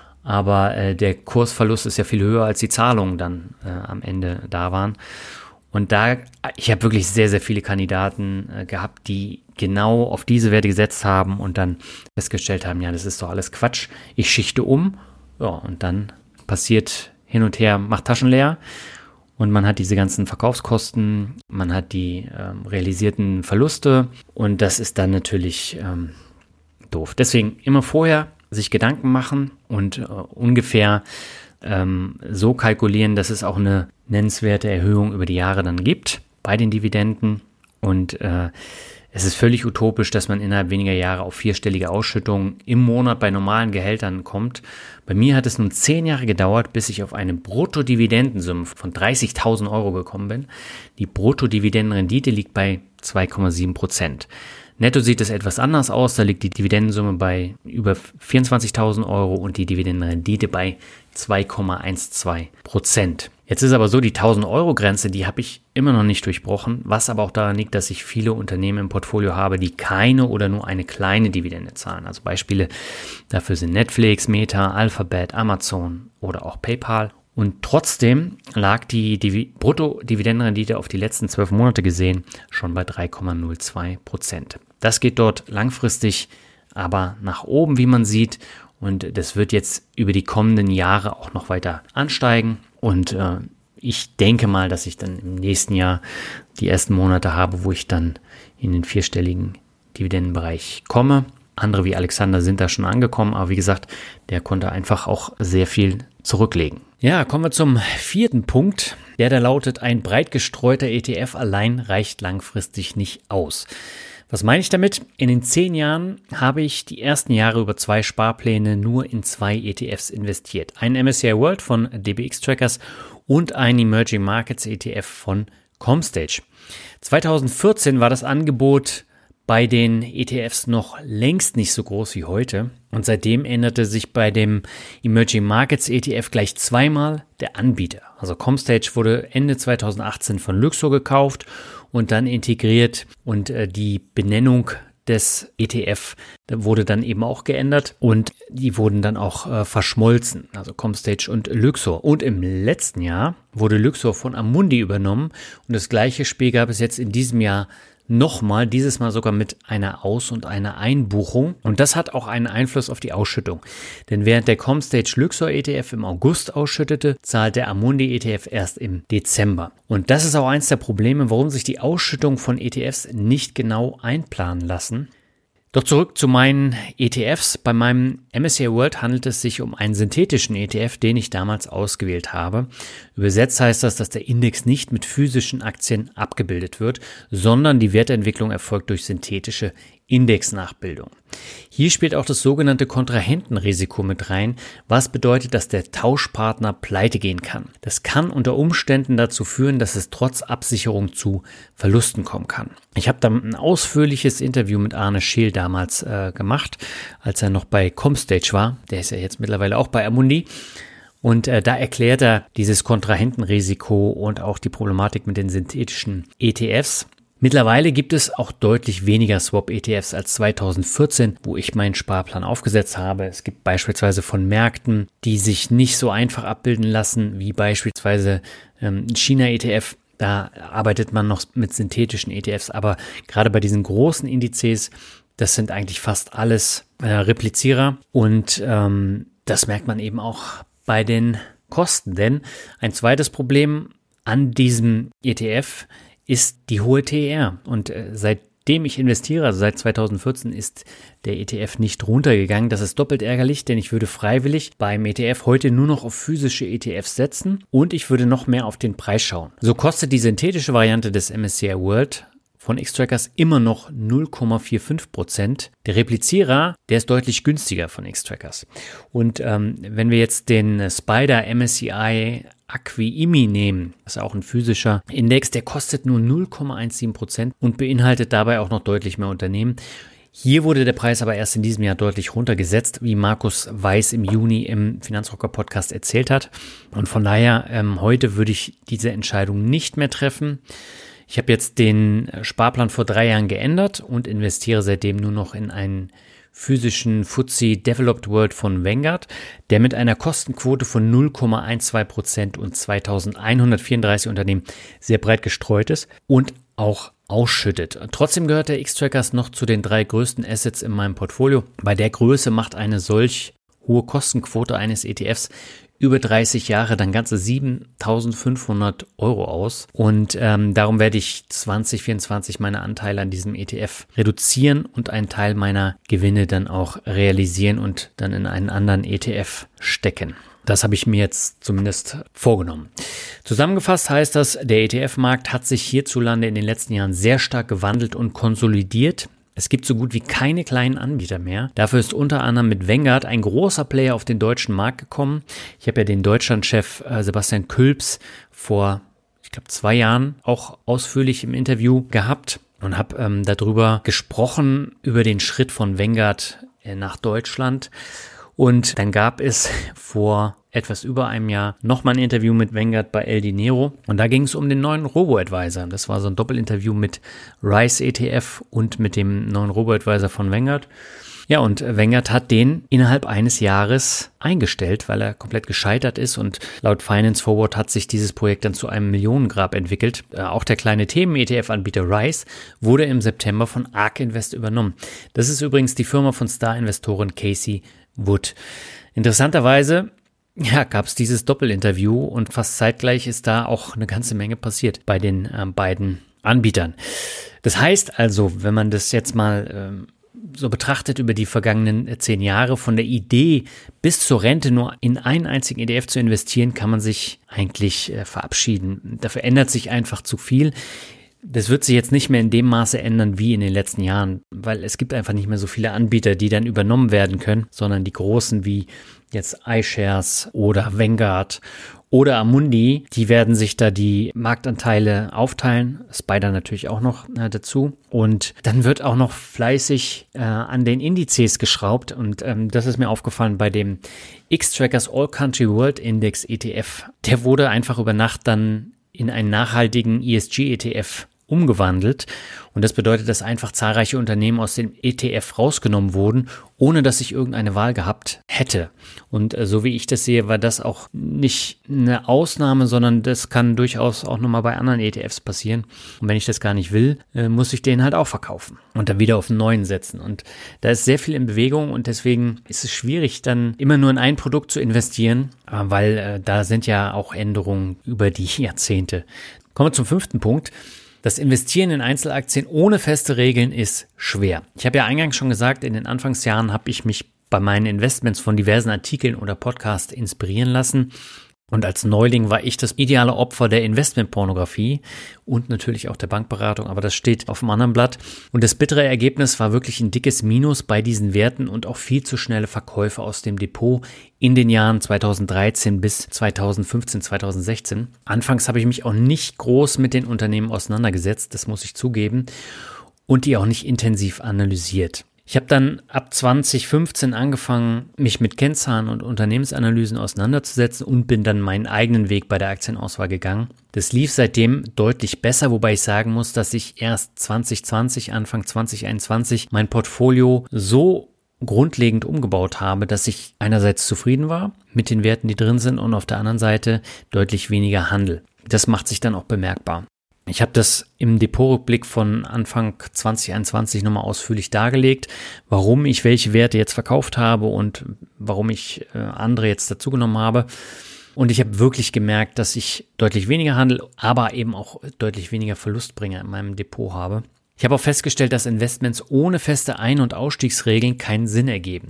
[SPEAKER 2] Aber äh, der Kursverlust ist ja viel höher, als die Zahlungen dann äh, am Ende da waren. Und da, ich habe wirklich sehr, sehr viele Kandidaten äh, gehabt, die genau auf diese Werte gesetzt haben und dann festgestellt haben, ja, das ist doch alles Quatsch. Ich schichte um, ja, und dann passiert hin und her, macht Taschen leer und man hat diese ganzen Verkaufskosten, man hat die ähm, realisierten Verluste und das ist dann natürlich ähm, doof. Deswegen immer vorher sich Gedanken machen und äh, ungefähr ähm, so kalkulieren, dass es auch eine nennenswerte Erhöhung über die Jahre dann gibt bei den Dividenden. Und äh, es ist völlig utopisch, dass man innerhalb weniger Jahre auf vierstellige Ausschüttungen im Monat bei normalen Gehältern kommt. Bei mir hat es nun zehn Jahre gedauert, bis ich auf eine Bruttodividendensumme von dreißigtausend Euro gekommen bin. Die Bruttodividendenrendite liegt bei zwei Komma sieben Prozent. Netto sieht es etwas anders aus, da liegt die Dividendensumme bei über vierundzwanzigtausend Euro und die Dividendenrendite bei zwei Komma zwölf Prozent. Jetzt ist aber so, die tausend-Euro-Grenze, die habe ich immer noch nicht durchbrochen, was aber auch daran liegt, dass ich viele Unternehmen im Portfolio habe, die keine oder nur eine kleine Dividende zahlen. Also Beispiele dafür sind Netflix, Meta, Alphabet, Amazon oder auch PayPal. Und trotzdem lag die Divi- Brutto-Dividendenrendite auf die letzten zwölf Monate gesehen schon bei drei Komma null zwei Prozent. Das geht dort langfristig aber nach oben, wie man sieht. Und das wird jetzt über die kommenden Jahre auch noch weiter ansteigen. Und äh, ich denke mal, dass ich dann im nächsten Jahr die ersten Monate habe, wo ich dann in den vierstelligen Dividendenbereich komme. Andere wie Alexander sind da schon angekommen, aber wie gesagt, der konnte einfach auch sehr viel zurücklegen. Ja, kommen wir zum vierten Punkt. Der da lautet, ein breit gestreuter E T F allein reicht langfristig nicht aus. Was meine ich damit? In den zehn Jahren habe ich die ersten Jahre über zwei Sparpläne nur in zwei E T Fs investiert. Einen M S C I World von D B X Trackers und einen Emerging Markets E T F von Comstage. zweitausendvierzehn war das Angebot bei den E T Fs noch längst nicht so groß wie heute. Und seitdem änderte sich bei dem Emerging Markets E T F gleich zweimal der Anbieter. Also Comstage wurde Ende zweitausendachtzehn von Luxor gekauft und dann integriert und äh, die Benennung des E T F wurde dann eben auch geändert und die wurden dann auch äh, verschmolzen, also Comstage und Luxor. Und im letzten Jahr wurde Luxor von Amundi übernommen und das gleiche Spiel gab es jetzt in diesem Jahr nochmal, dieses Mal sogar mit einer Aus- und einer Einbuchung. Und das hat auch einen Einfluss auf die Ausschüttung. Denn während der Comstage Luxor E T F im August ausschüttete, zahlt der Amundi E T F erst im Dezember. Und das ist auch eins der Probleme, warum sich die Ausschüttung von E T Fs nicht genau einplanen lassen. Doch zurück zu meinen E T Fs. Bei meinem M S C I World handelt es sich um einen synthetischen E T F, den ich damals ausgewählt habe. Übersetzt heißt das, dass der Index nicht mit physischen Aktien abgebildet wird, sondern die Wertentwicklung erfolgt durch synthetische Indexnachbildung. Hier spielt auch das sogenannte Kontrahentenrisiko mit rein, was bedeutet, dass der Tauschpartner pleite gehen kann. Das kann unter Umständen dazu führen, dass es trotz Absicherung zu Verlusten kommen kann. Ich habe da ein ausführliches Interview mit Arne Scheel damals äh, gemacht, als er noch bei Comstage war. Der ist ja jetzt mittlerweile auch bei Amundi. Und äh, da erklärt er dieses Kontrahentenrisiko und auch die Problematik mit den synthetischen E T Fs. Mittlerweile gibt es auch deutlich weniger Swap-E T Fs als zweitausendvierzehn, wo ich meinen Sparplan aufgesetzt habe. Es gibt beispielsweise von Märkten, die sich nicht so einfach abbilden lassen, wie beispielsweise ähm, China-E T F. Da arbeitet man noch mit synthetischen E T Fs, aber gerade bei diesen großen Indizes, das sind eigentlich fast alles äh, Replizierer und ähm, das merkt man eben auch bei den Kosten, denn ein zweites Problem an diesem E T F ist die hohe T E R. Und äh, seitdem ich investiere, also seit zweitausendvierzehn, ist der E T F nicht runtergegangen. Das ist doppelt ärgerlich, denn ich würde freiwillig beim E T F heute nur noch auf physische E T Fs setzen und ich würde noch mehr auf den Preis schauen. So kostet die synthetische Variante des M S C I World von Xtrackers immer noch null Komma fünfundvierzig Prozent. Der Replizierer, der ist deutlich günstiger von Xtrackers. Und ähm, wenn wir jetzt den Spider M S C I Acqui I M I nehmen, das ist auch ein physischer Index, der kostet nur null Komma siebzehn Prozent und beinhaltet dabei auch noch deutlich mehr Unternehmen. Hier wurde der Preis aber erst in diesem Jahr deutlich runtergesetzt, wie Markus Weiß im Juni im Finanzrocker-Podcast erzählt hat. Und von daher, ähm, heute würde ich diese Entscheidung nicht mehr treffen. Ich habe jetzt den Sparplan vor drei Jahren geändert und investiere seitdem nur noch in einen physischen F T S E Developed World von Vanguard, der mit einer Kostenquote von null Komma zwölf Prozent und zweitausendeinhundertvierunddreißig Unternehmen sehr breit gestreut ist und auch ausschüttet. Trotzdem gehört der Xtrackers noch zu den drei größten Assets in meinem Portfolio. Bei der Größe macht eine solch hohe Kostenquote eines E T Fs über dreißig Jahre dann ganze siebentausendfünfhundert Euro aus. Und ähm, darum werde ich zwanzig vierundzwanzig meine Anteile an diesem E T F reduzieren und einen Teil meiner Gewinne dann auch realisieren und dann in einen anderen E T F stecken. Das habe ich mir jetzt zumindest vorgenommen. Zusammengefasst heißt das, der E T F-Markt hat sich hierzulande in den letzten Jahren sehr stark gewandelt und konsolidiert. Es gibt so gut wie keine kleinen Anbieter mehr. Dafür ist unter anderem mit Vanguard ein großer Player auf den deutschen Markt gekommen. Ich habe ja den Deutschlandchef äh, Sebastian Külps vor, ich glaube, zwei Jahren auch ausführlich im Interview gehabt und habe ähm, darüber gesprochen, über den Schritt von Vanguard äh, nach Deutschland. Und dann gab es vor etwas über einem Jahr nochmal ein Interview mit Vanguard bei El Dinero. Und da ging es um den neuen Robo-Advisor. Das war so ein Doppelinterview mit Rise E T F und mit dem neuen Robo-Advisor von Vanguard. Ja, und Vanguard hat den innerhalb eines Jahres eingestellt, weil er komplett gescheitert ist. Und laut Finance Forward hat sich dieses Projekt dann zu einem Millionengrab entwickelt. Äh, auch der kleine Themen-E T F-Anbieter Rise wurde im September von Ark Invest übernommen. Das ist übrigens die Firma von Star-Investorin Casey Wood. Interessanterweise ja, gab es dieses Doppelinterview und fast zeitgleich ist da auch eine ganze Menge passiert bei den äh, beiden Anbietern. Das heißt also, wenn man das jetzt mal ähm, so betrachtet über die vergangenen zehn Jahre, von der Idee bis zur Rente nur in einen einzigen E T F zu investieren, kann man sich eigentlich äh, verabschieden. Da verändert sich einfach zu viel. Das wird sich jetzt nicht mehr in dem Maße ändern wie in den letzten Jahren, weil es gibt einfach nicht mehr so viele Anbieter, die dann übernommen werden können, sondern die großen wie jetzt iShares oder Vanguard oder Amundi, die werden sich da die Marktanteile aufteilen, Spider natürlich auch noch äh, dazu und dann wird auch noch fleißig äh, an den Indizes geschraubt und ähm, das ist mir aufgefallen bei dem Xtrackers All Country World Index E T F. Der wurde einfach über Nacht dann in einen nachhaltigen E S G E T F umgewandelt und das bedeutet, dass einfach zahlreiche Unternehmen aus dem E T F rausgenommen wurden, ohne dass ich irgendeine Wahl gehabt hätte. Und äh, so wie ich das sehe, war das auch nicht eine Ausnahme, sondern das kann durchaus auch nochmal bei anderen E T Fs passieren. Und wenn ich das gar nicht will, äh, muss ich den halt auch verkaufen und dann wieder auf einen neuen setzen. Und da ist sehr viel in Bewegung und deswegen ist es schwierig, dann immer nur in ein Produkt zu investieren, äh, weil äh, da sind ja auch Änderungen über die Jahrzehnte. Kommen wir zum fünften Punkt. Das Investieren in Einzelaktien ohne feste Regeln ist schwer. Ich habe ja eingangs schon gesagt, in den Anfangsjahren habe ich mich bei meinen Investments von diversen Artikeln oder Podcasts inspirieren lassen. Und als Neuling war ich das ideale Opfer der Investmentpornografie und natürlich auch der Bankberatung, aber das steht auf dem anderen Blatt. Und das bittere Ergebnis war wirklich ein dickes Minus bei diesen Werten und auch viel zu schnelle Verkäufe aus dem Depot in den Jahren zweitausenddreizehn bis zweitausendfünfzehn, zweitausendsechzehn. Anfangs habe ich mich auch nicht groß mit den Unternehmen auseinandergesetzt, das muss ich zugeben, und die auch nicht intensiv analysiert. Ich habe dann ab zwanzig fünfzehn angefangen, mich mit Kennzahlen und Unternehmensanalysen auseinanderzusetzen und bin dann meinen eigenen Weg bei der Aktienauswahl gegangen. Das lief seitdem deutlich besser, wobei ich sagen muss, dass ich erst zwanzig zwanzig, Anfang zwanzig einundzwanzig mein Portfolio so grundlegend umgebaut habe, dass ich einerseits zufrieden war mit den Werten, die drin sind und auf der anderen Seite deutlich weniger handel. Das macht sich dann auch bemerkbar. Ich habe das im Depotrückblick von Anfang zwanzig einundzwanzig nochmal ausführlich dargelegt, warum ich welche Werte jetzt verkauft habe und warum ich äh, andere jetzt dazugenommen habe. Und ich habe wirklich gemerkt, dass ich deutlich weniger Handel, aber eben auch deutlich weniger Verlustbringer in meinem Depot habe. Ich habe auch festgestellt, dass Investments ohne feste Ein- und Ausstiegsregeln keinen Sinn ergeben.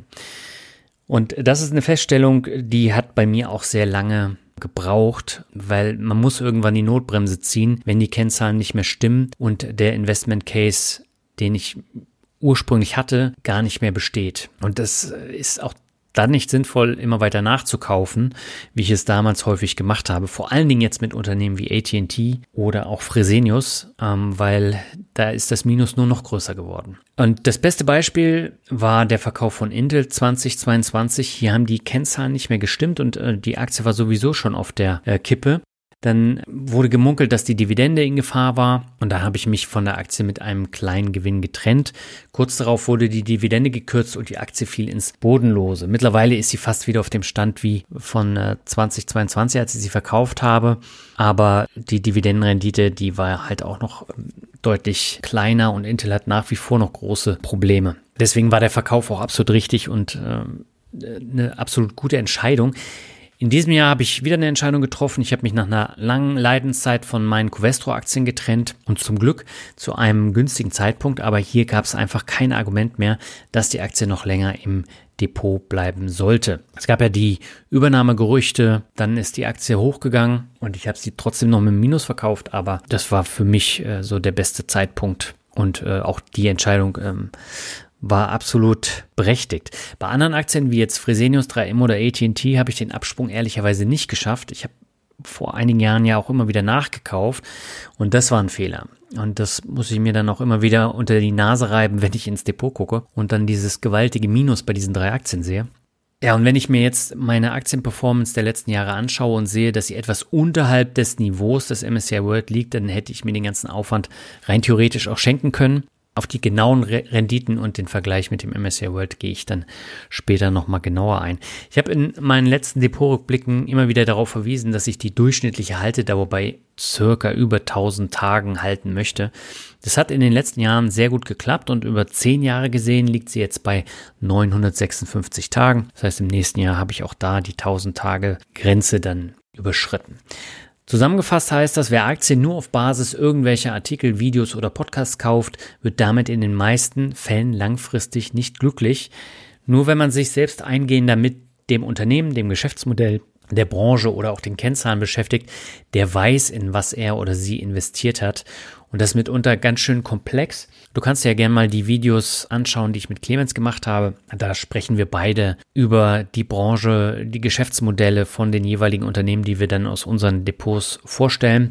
[SPEAKER 2] Und das ist eine Feststellung, die hat bei mir auch sehr lange gebraucht, weil man muss irgendwann die Notbremse ziehen, wenn die Kennzahlen nicht mehr stimmen und der Investment Case, den ich ursprünglich hatte, gar nicht mehr besteht. Und das ist auch dann nicht sinnvoll, immer weiter nachzukaufen, wie ich es damals häufig gemacht habe. Vor allen Dingen jetzt mit Unternehmen wie A T and T oder auch Fresenius, ähm, weil da ist das Minus nur noch größer geworden. Und das beste Beispiel war der Verkauf von Intel zwanzig zweiundzwanzig. Hier haben die Kennzahlen nicht mehr gestimmt und äh, die Aktie war sowieso schon auf der äh, Kippe. Dann wurde gemunkelt, dass die Dividende in Gefahr war und da habe ich mich von der Aktie mit einem kleinen Gewinn getrennt. Kurz darauf wurde die Dividende gekürzt und die Aktie fiel ins Bodenlose. Mittlerweile ist sie fast wieder auf dem Stand wie von zwanzig zweiundzwanzig, als ich sie verkauft habe, aber die Dividendenrendite, die war halt auch noch deutlich kleiner und Intel hat nach wie vor noch große Probleme. Deswegen war der Verkauf auch absolut richtig und äh, eine absolut gute Entscheidung. In diesem Jahr habe ich wieder eine Entscheidung getroffen. Ich habe mich nach einer langen Leidenszeit von meinen Covestro-Aktien getrennt und zum Glück zu einem günstigen Zeitpunkt. Aber hier gab es einfach kein Argument mehr, dass die Aktie noch länger im Depot bleiben sollte. Es gab ja die Übernahmegerüchte, dann ist die Aktie hochgegangen und ich habe sie trotzdem noch mit einem Minus verkauft. Aber das war für mich äh, so der beste Zeitpunkt und äh, auch die Entscheidung ähm, war absolut berechtigt. Bei anderen Aktien wie jetzt Fresenius, drei M oder A T and T habe ich den Absprung ehrlicherweise nicht geschafft. Ich habe vor einigen Jahren ja auch immer wieder nachgekauft und das war ein Fehler. Und das muss ich mir dann auch immer wieder unter die Nase reiben, wenn ich ins Depot gucke und dann dieses gewaltige Minus bei diesen drei Aktien sehe. Ja, und wenn ich mir jetzt meine Aktienperformance der letzten Jahre anschaue und sehe, dass sie etwas unterhalb des Niveaus des M S C I World liegt, dann hätte ich mir den ganzen Aufwand rein theoretisch auch schenken können. Auf die genauen Renditen und den Vergleich mit dem M S C I World gehe ich dann später nochmal genauer ein. Ich habe in meinen letzten Depotrückblicken immer wieder darauf verwiesen, dass ich die durchschnittliche Haltedauer bei circa über tausend Tagen halten möchte. Das hat in den letzten Jahren sehr gut geklappt und über zehn Jahre gesehen liegt sie jetzt bei neunhundertsechsundfünfzig Tagen. Das heißt, im nächsten Jahr habe ich auch da die tausend Tage Grenze dann überschritten. Zusammengefasst heißt das, wer Aktien nur auf Basis irgendwelcher Artikel, Videos oder Podcasts kauft, wird damit in den meisten Fällen langfristig nicht glücklich. Nur wenn man sich selbst eingehender mit dem Unternehmen, dem Geschäftsmodell, der Branche oder auch den Kennzahlen beschäftigt, der weiß, in was er oder sie investiert hat. Und das ist mitunter ganz schön komplex. Du kannst ja gerne mal die Videos anschauen, die ich mit Clemens gemacht habe. Da sprechen wir beide über die Branche, die Geschäftsmodelle von den jeweiligen Unternehmen, die wir dann aus unseren Depots vorstellen.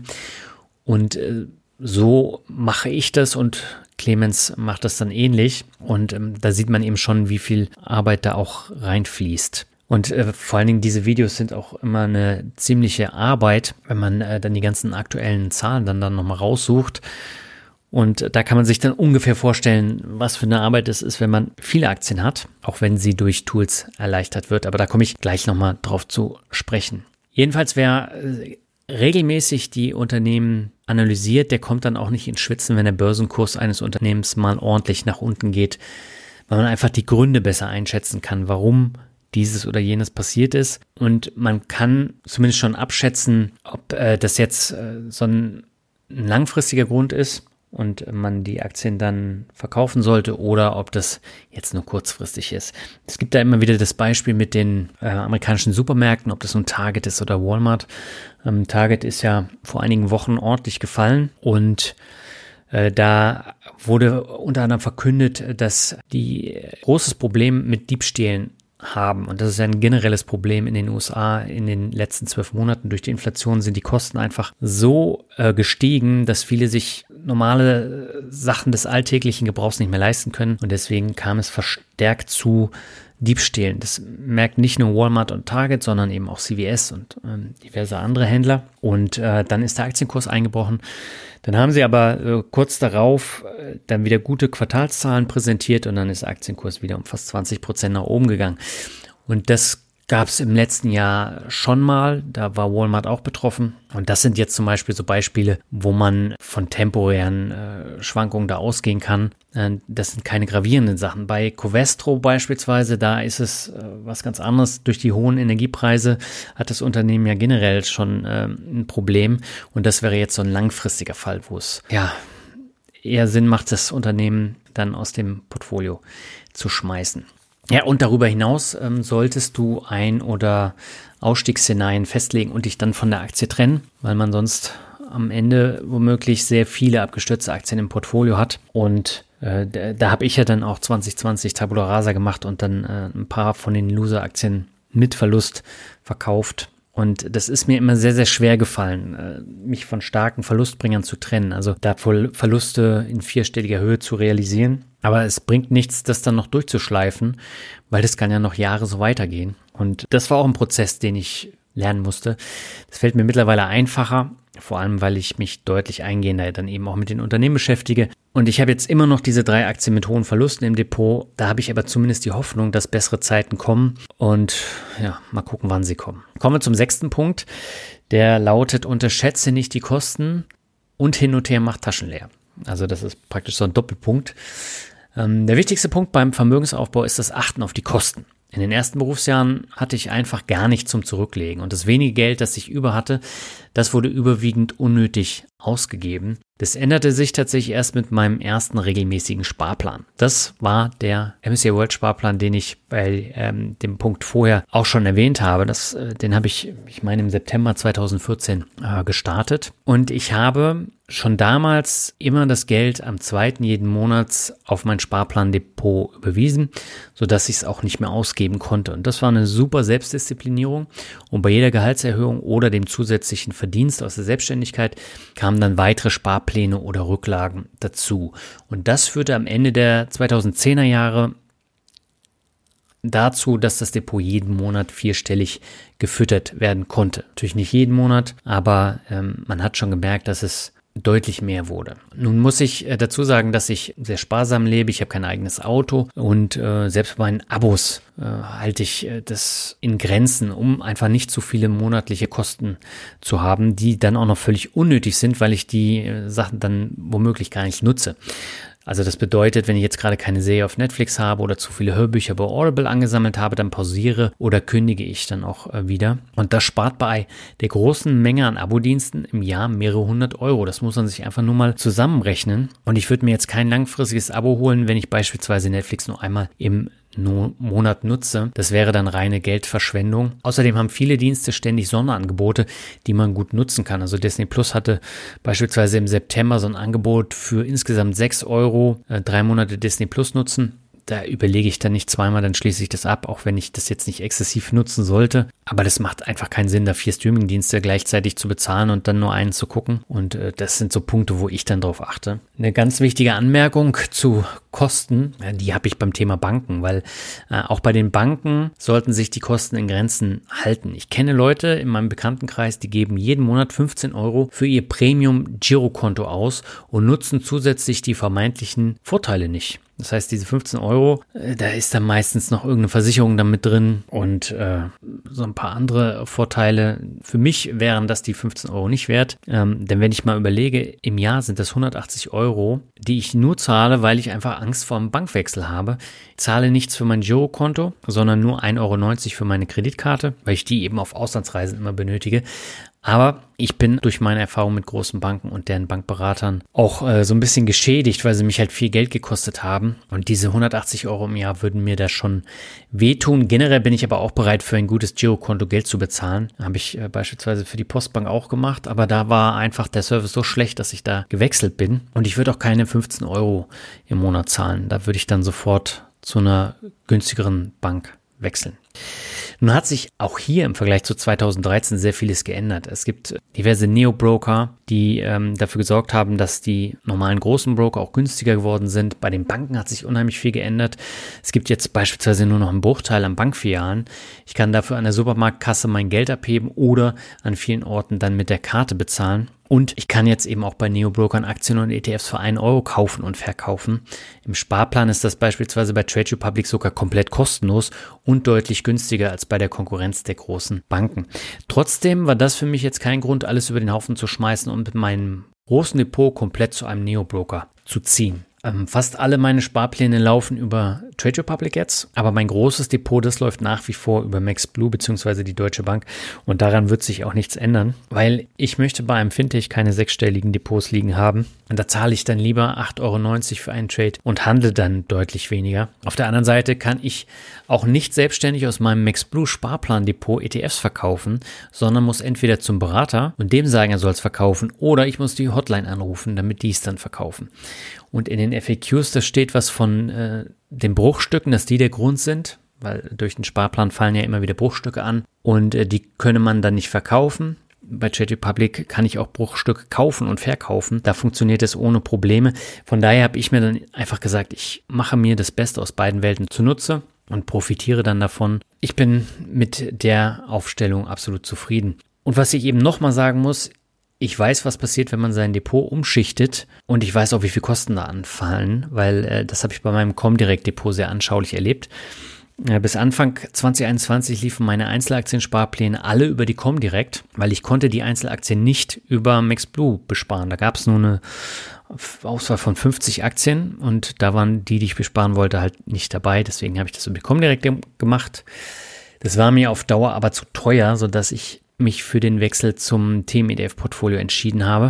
[SPEAKER 2] Und äh, so mache ich das und Clemens macht das dann ähnlich. Und ähm, da sieht man eben schon, wie viel Arbeit da auch reinfließt. Und äh, vor allen Dingen diese Videos sind auch immer eine ziemliche Arbeit, wenn man äh, dann die ganzen aktuellen Zahlen dann, dann nochmal raussucht. Und äh, da kann man sich dann ungefähr vorstellen, was für eine Arbeit es ist, wenn man viele Aktien hat, auch wenn sie durch Tools erleichtert wird. Aber da komme ich gleich nochmal drauf zu sprechen. Jedenfalls, wer äh, regelmäßig die Unternehmen analysiert, der kommt dann auch nicht ins Schwitzen, wenn der Börsenkurs eines Unternehmens mal ordentlich nach unten geht, weil man einfach die Gründe besser einschätzen kann, warum dieses oder jenes passiert ist. Und man kann zumindest schon abschätzen, ob äh, das jetzt äh, so ein, ein langfristiger Grund ist und man die Aktien dann verkaufen sollte oder ob das jetzt nur kurzfristig ist. Es gibt da immer wieder das Beispiel mit den äh, amerikanischen Supermärkten, ob das nun Target ist oder Walmart. Ähm, Target ist ja vor einigen Wochen ordentlich gefallen und äh, da wurde unter anderem verkündet, dass die äh, großes Problem mit Diebstählen haben. Und das ist ein generelles Problem in den U S A in den letzten zwölf Monaten. Durch die Inflation sind die Kosten einfach so äh, gestiegen, dass viele sich normale äh, Sachen des alltäglichen Gebrauchs nicht mehr leisten können. Und deswegen kam es verstärkt zu Diebstählen. Das merkt nicht nur Walmart und Target, sondern eben auch C V S und ähm, diverse andere Händler. Und äh, dann ist der Aktienkurs eingebrochen. Dann haben sie aber äh, kurz darauf äh, dann wieder gute Quartalszahlen präsentiert und dann ist der Aktienkurs wieder um fast zwanzig Prozent nach oben gegangen. Und das gab es im letzten Jahr schon mal, da war Walmart auch betroffen. Und das sind jetzt zum Beispiel so Beispiele, wo man von temporären äh, Schwankungen da ausgehen kann. Äh, das sind keine gravierenden Sachen. Bei Covestro beispielsweise, da ist es äh, was ganz anderes. Durch die hohen Energiepreise hat das Unternehmen ja generell schon äh, ein Problem. Und das wäre jetzt so ein langfristiger Fall, wo es ja eher Sinn macht, das Unternehmen dann aus dem Portfolio zu schmeißen. Ja, und darüber hinaus ähm, solltest du Ein- oder Ausstiegsszenarien festlegen und dich dann von der Aktie trennen, weil man sonst am Ende womöglich sehr viele abgestürzte Aktien im Portfolio hat. Und äh, da, da habe ich ja dann auch zwanzig zwanzig Tabula Rasa gemacht und dann äh, ein paar von den Loser-Aktien mit Verlust verkauft. Und das ist mir immer sehr, sehr schwer gefallen, mich von starken Verlustbringern zu trennen. Also da Verluste in vierstelliger Höhe zu realisieren. Aber es bringt nichts, das dann noch durchzuschleifen, weil das kann ja noch Jahre so weitergehen. Und das war auch ein Prozess, den ich lernen musste. Das fällt mir mittlerweile einfacher, vor allem, weil ich mich deutlich eingehender dann eben auch mit den Unternehmen beschäftige. Und ich habe jetzt immer noch diese drei Aktien mit hohen Verlusten im Depot. Da habe ich aber zumindest die Hoffnung, dass bessere Zeiten kommen. Und ja, mal gucken, wann sie kommen. Kommen wir zum sechsten Punkt. Der lautet: Unterschätze nicht die Kosten und hin und her macht Taschen leer. Also das ist praktisch so ein Doppelpunkt. Ähm, der wichtigste Punkt beim Vermögensaufbau ist das Achten auf die Kosten. In den ersten Berufsjahren hatte ich einfach gar nichts zum Zurücklegen und das wenige Geld, das ich über hatte, das wurde überwiegend unnötig ausgegeben. Das änderte sich tatsächlich erst mit meinem ersten regelmäßigen Sparplan. Das war der M S C I World Sparplan, den ich bei ähm, dem Punkt vorher auch schon erwähnt habe. Das, äh, den habe ich, ich meine, im September zweitausendvierzehn äh, gestartet. Und ich habe schon damals immer das Geld am zweiten jeden Monats auf mein Sparplandepot überwiesen, sodass ich es auch nicht mehr ausgeben konnte. Und das war eine super Selbstdisziplinierung. Und bei jeder Gehaltserhöhung oder dem zusätzlichen Verdienst aus der Selbstständigkeit kamen dann weitere Sparpläne oder Rücklagen dazu. Und das führte am Ende der zweitausendzehner Jahre dazu, dass das Depot jeden Monat vierstellig gefüttert werden konnte. Natürlich nicht jeden Monat, aber ähm, man hat schon gemerkt, dass es deutlich mehr wurde. Nun muss ich äh, dazu sagen, dass ich sehr sparsam lebe. Ich habe kein eigenes Auto und äh, selbst bei meinen Abos äh, halte ich äh, das in Grenzen, um einfach nicht zu viele monatliche Kosten zu haben, die dann auch noch völlig unnötig sind, weil ich die äh, Sachen dann womöglich gar nicht nutze. Also das bedeutet, wenn ich jetzt gerade keine Serie auf Netflix habe oder zu viele Hörbücher bei Audible angesammelt habe, dann pausiere oder kündige ich dann auch äh, wieder. Und das spart bei der großen Menge an Abo-Diensten im Jahr mehrere hundert Euro. Das muss man sich einfach nur mal zusammenrechnen. Und ich würde mir jetzt kein langfristiges Abo holen, wenn ich beispielsweise Netflix nur einmal im Monat nutze. Das wäre dann reine Geldverschwendung. Außerdem haben viele Dienste ständig Sonderangebote, die man gut nutzen kann. Also Disney Plus hatte beispielsweise im September so ein Angebot für insgesamt sechs Euro, äh, drei Monate Disney Plus nutzen. Da überlege ich dann nicht zweimal, dann schließe ich das ab, auch wenn ich das jetzt nicht exzessiv nutzen sollte. Aber das macht einfach keinen Sinn, da vier Streamingdienste gleichzeitig zu bezahlen und dann nur einen zu gucken. Und äh, das sind so Punkte, wo ich dann drauf achte. Eine ganz wichtige Anmerkung zu Kosten, äh, die habe ich beim Thema Banken, weil äh, auch bei den Banken sollten sich die Kosten in Grenzen halten. Ich kenne Leute in meinem Bekanntenkreis, die geben jeden Monat fünfzehn Euro für ihr Premium-Girokonto aus und nutzen zusätzlich die vermeintlichen Vorteile nicht. Das heißt, diese fünfzehn Euro, äh, da ist dann meistens noch irgendeine Versicherung damit drin und äh, so ein paar andere Vorteile. Für mich wären das die fünfzehn Euro nicht wert. Ähm, denn wenn ich mal überlege, im Jahr sind das hundertachtzig Euro, die ich nur zahle, weil ich einfach Angst vor einem Bankwechsel habe. Ich zahle nichts für mein Girokonto, sondern nur ein Euro neunzig für meine Kreditkarte, weil ich die eben auf Auslandsreisen immer benötige. Aber ich bin durch meine Erfahrung mit großen Banken und deren Bankberatern auch äh, so ein bisschen geschädigt, weil sie mich halt viel Geld gekostet haben. Und diese hundertachtzig Euro im Jahr würden mir da schon wehtun. Generell bin ich aber auch bereit, für ein gutes Girokonto Geld zu bezahlen. Habe ich äh, beispielsweise für die Postbank auch gemacht. Aber da war einfach der Service so schlecht, dass ich da gewechselt bin. Und ich würde auch keine fünfzehn Euro im Monat zahlen. Da würde ich dann sofort zu einer günstigeren Bank wechseln. Nun hat sich auch hier im Vergleich zu zweitausenddreizehn sehr vieles geändert. Es gibt diverse Neo-Broker, die ähm, dafür gesorgt haben, dass die normalen großen Broker auch günstiger geworden sind. Bei den Banken hat sich unheimlich viel geändert. Es gibt jetzt beispielsweise nur noch einen Bruchteil an Bankfilialen. Ich kann dafür an der Supermarktkasse mein Geld abheben oder an vielen Orten dann mit der Karte bezahlen. Und ich kann jetzt eben auch bei Neo-Brokern Aktien und E T Fs für einen Euro kaufen und verkaufen. Im Sparplan ist das beispielsweise bei Trade Republic sogar komplett kostenlos und deutlich günstiger als bei der Konkurrenz der großen Banken. Trotzdem war das für mich jetzt kein Grund, alles über den Haufen zu schmeißen und mit meinem großen Depot komplett zu einem Neobroker zu ziehen. Ähm, fast alle meine Sparpläne laufen über Trade Republic jetzt, aber mein großes Depot, das läuft nach wie vor über MaxBlue bzw. die Deutsche Bank und daran wird sich auch nichts ändern, weil ich möchte bei einem Fintech keine sechsstelligen Depots liegen haben und da zahle ich dann lieber acht Euro neunzig für einen Trade und handle dann deutlich weniger. Auf der anderen Seite kann ich auch nicht selbstständig aus meinem MaxBlue Sparplan-Depot E T Fs verkaufen, sondern muss entweder zum Berater und dem sagen, er soll es verkaufen, oder ich muss die Hotline anrufen, damit die es dann verkaufen. Und in den F A Qs, da steht was von äh, den Bruchstücken, dass die der Grund sind, weil durch den Sparplan fallen ja immer wieder Bruchstücke an und äh, die könne man dann nicht verkaufen. Bei Trade Republic kann ich auch Bruchstücke kaufen und verkaufen. Da funktioniert es ohne Probleme. Von daher habe ich mir dann einfach gesagt, ich mache mir das Beste aus beiden Welten zunutze und profitiere dann davon. Ich bin mit der Aufstellung absolut zufrieden. Und was ich eben nochmal sagen muss, ich weiß, was passiert, wenn man sein Depot umschichtet und ich weiß auch, wie viel Kosten da anfallen, weil äh, das habe ich bei meinem Comdirect-Depot sehr anschaulich erlebt. Äh, bis Anfang zwanzig einundzwanzig liefen meine Einzelaktien-Sparpläne alle über die Comdirect, weil ich konnte die Einzelaktien nicht über MaxBlue besparen. Da gab es nur eine Auswahl von fünfzig Aktien und da waren die, die ich besparen wollte, halt nicht dabei. Deswegen habe ich das über die Comdirect gemacht. Das war mir auf Dauer aber zu teuer, sodass ich mich für den Wechsel zum Themen-E T F-Portfolio entschieden habe.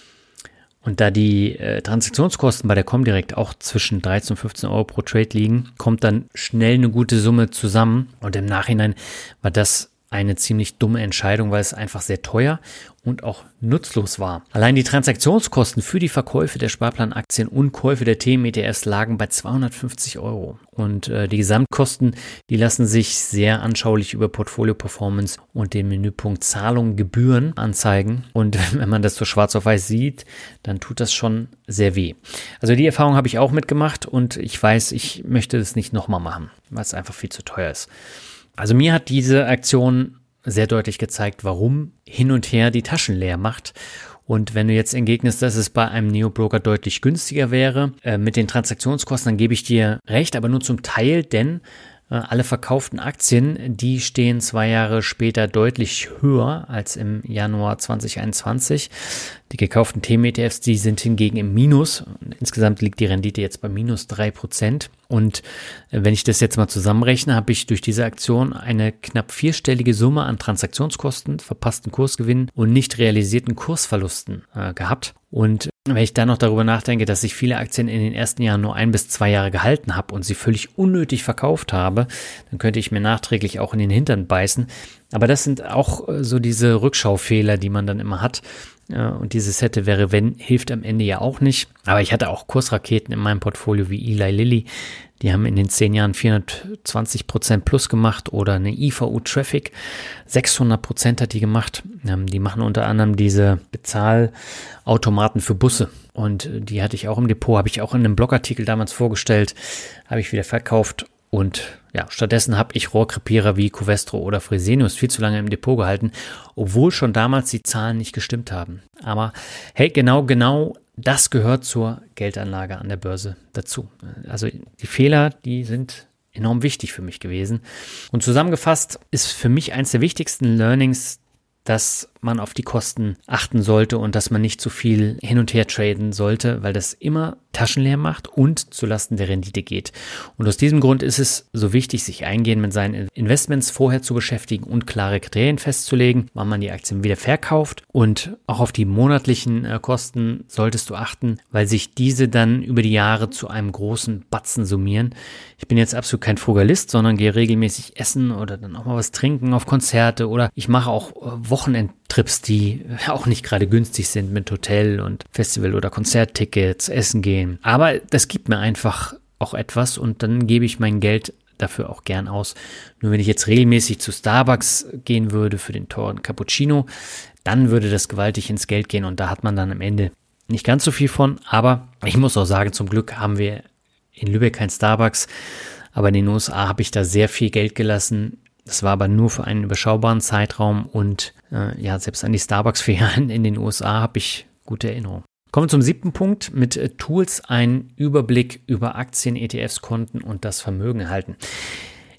[SPEAKER 2] Und da die äh, Transaktionskosten bei der Comdirect auch zwischen dreizehn und fünfzehn Euro pro Trade liegen, kommt dann schnell eine gute Summe zusammen. Und im Nachhinein war das eine ziemlich dumme Entscheidung, weil es einfach sehr teuer und auch nutzlos war. Allein die Transaktionskosten für die Verkäufe der Sparplanaktien und Käufe der Themen-E T Fs lagen bei zweihundertfünfzig Euro. Und äh, die Gesamtkosten, die lassen sich sehr anschaulich über Portfolio Performance und den Menüpunkt Zahlungen, Gebühren anzeigen. Und wenn man das so schwarz auf weiß sieht, dann tut das schon sehr weh. Also die Erfahrung habe ich auch mitgemacht und ich weiß, ich möchte das nicht nochmal machen, weil es einfach viel zu teuer ist. Also mir hat diese Aktion sehr deutlich gezeigt, warum hin und her die Taschen leer macht. Und wenn du jetzt entgegnest, dass es bei einem Neobroker deutlich günstiger wäre, äh, mit den Transaktionskosten, dann gebe ich dir recht, aber nur zum Teil, denn äh, alle verkauften Aktien, die stehen zwei Jahre später deutlich höher als im Januar zwanzig einundzwanzig. Die gekauften Themen-E T Fs, die sind hingegen im Minus. Insgesamt liegt die Rendite jetzt bei minus drei Prozent. Und wenn ich das jetzt mal zusammenrechne, habe ich durch diese Aktion eine knapp vierstellige Summe an Transaktionskosten, verpassten Kursgewinnen und nicht realisierten Kursverlusten äh, gehabt. Und wenn ich dann noch darüber nachdenke, dass ich viele Aktien in den ersten Jahren nur ein bis zwei Jahre gehalten habe und sie völlig unnötig verkauft habe, dann könnte ich mir nachträglich auch in den Hintern beißen. Aber das sind auch äh, so diese Rückschaufehler, die man dann immer hat. Und dieses hätte, wäre, wenn, hilft am Ende ja auch nicht. Aber ich hatte auch Kursraketen in meinem Portfolio wie Eli Lilly. Die haben in den zehn Jahren vierhundertzwanzig Prozent plus gemacht. Oder eine I V U Traffic, sechshundert Prozent hat die gemacht. Die machen unter anderem diese Bezahlautomaten für Busse. Und die hatte ich auch im Depot, habe ich auch in einem Blogartikel damals vorgestellt, habe ich wieder verkauft. Und ja, stattdessen habe ich Rohrkrepierer wie Covestro oder Fresenius viel zu lange im Depot gehalten, obwohl schon damals die Zahlen nicht gestimmt haben. Aber hey, genau, genau das gehört zur Geldanlage an der Börse dazu. Also die Fehler, die sind enorm wichtig für mich gewesen. Und zusammengefasst ist für mich eins der wichtigsten Learnings, dass man auf die Kosten achten sollte und dass man nicht zu viel hin und her traden sollte, weil das immer taschenleer macht und zulasten der Rendite geht. Und aus diesem Grund ist es so wichtig, sich eingehend mit seinen Investments vorher zu beschäftigen und klare Kriterien festzulegen, wann man die Aktien wieder verkauft. Und auch auf die monatlichen äh, Kosten solltest du achten, weil sich diese dann über die Jahre zu einem großen Batzen summieren. Ich bin jetzt absolut kein Frugalist, sondern gehe regelmäßig essen oder dann auch mal was trinken auf Konzerte oder ich mache auch äh, Wochenendtrips, die auch nicht gerade günstig sind mit Hotel und Festival- oder Konzerttickets, Essen gehen. Aber das gibt mir einfach auch etwas und dann gebe ich mein Geld dafür auch gern aus. Nur wenn ich jetzt regelmäßig zu Starbucks gehen würde für den teuren Cappuccino, dann würde das gewaltig ins Geld gehen und da hat man dann am Ende nicht ganz so viel von. Aber ich muss auch sagen, zum Glück haben wir in Lübeck kein Starbucks, aber in den U S A habe ich da sehr viel Geld gelassen. Das war aber nur für einen überschaubaren Zeitraum und äh, ja, selbst an die Starbucks-Ferien in den U S A habe ich gute Erinnerungen. Kommen wir zum siebten Punkt, mit äh, Tools einen Überblick über Aktien, E T Fs, Konten und das Vermögen erhalten.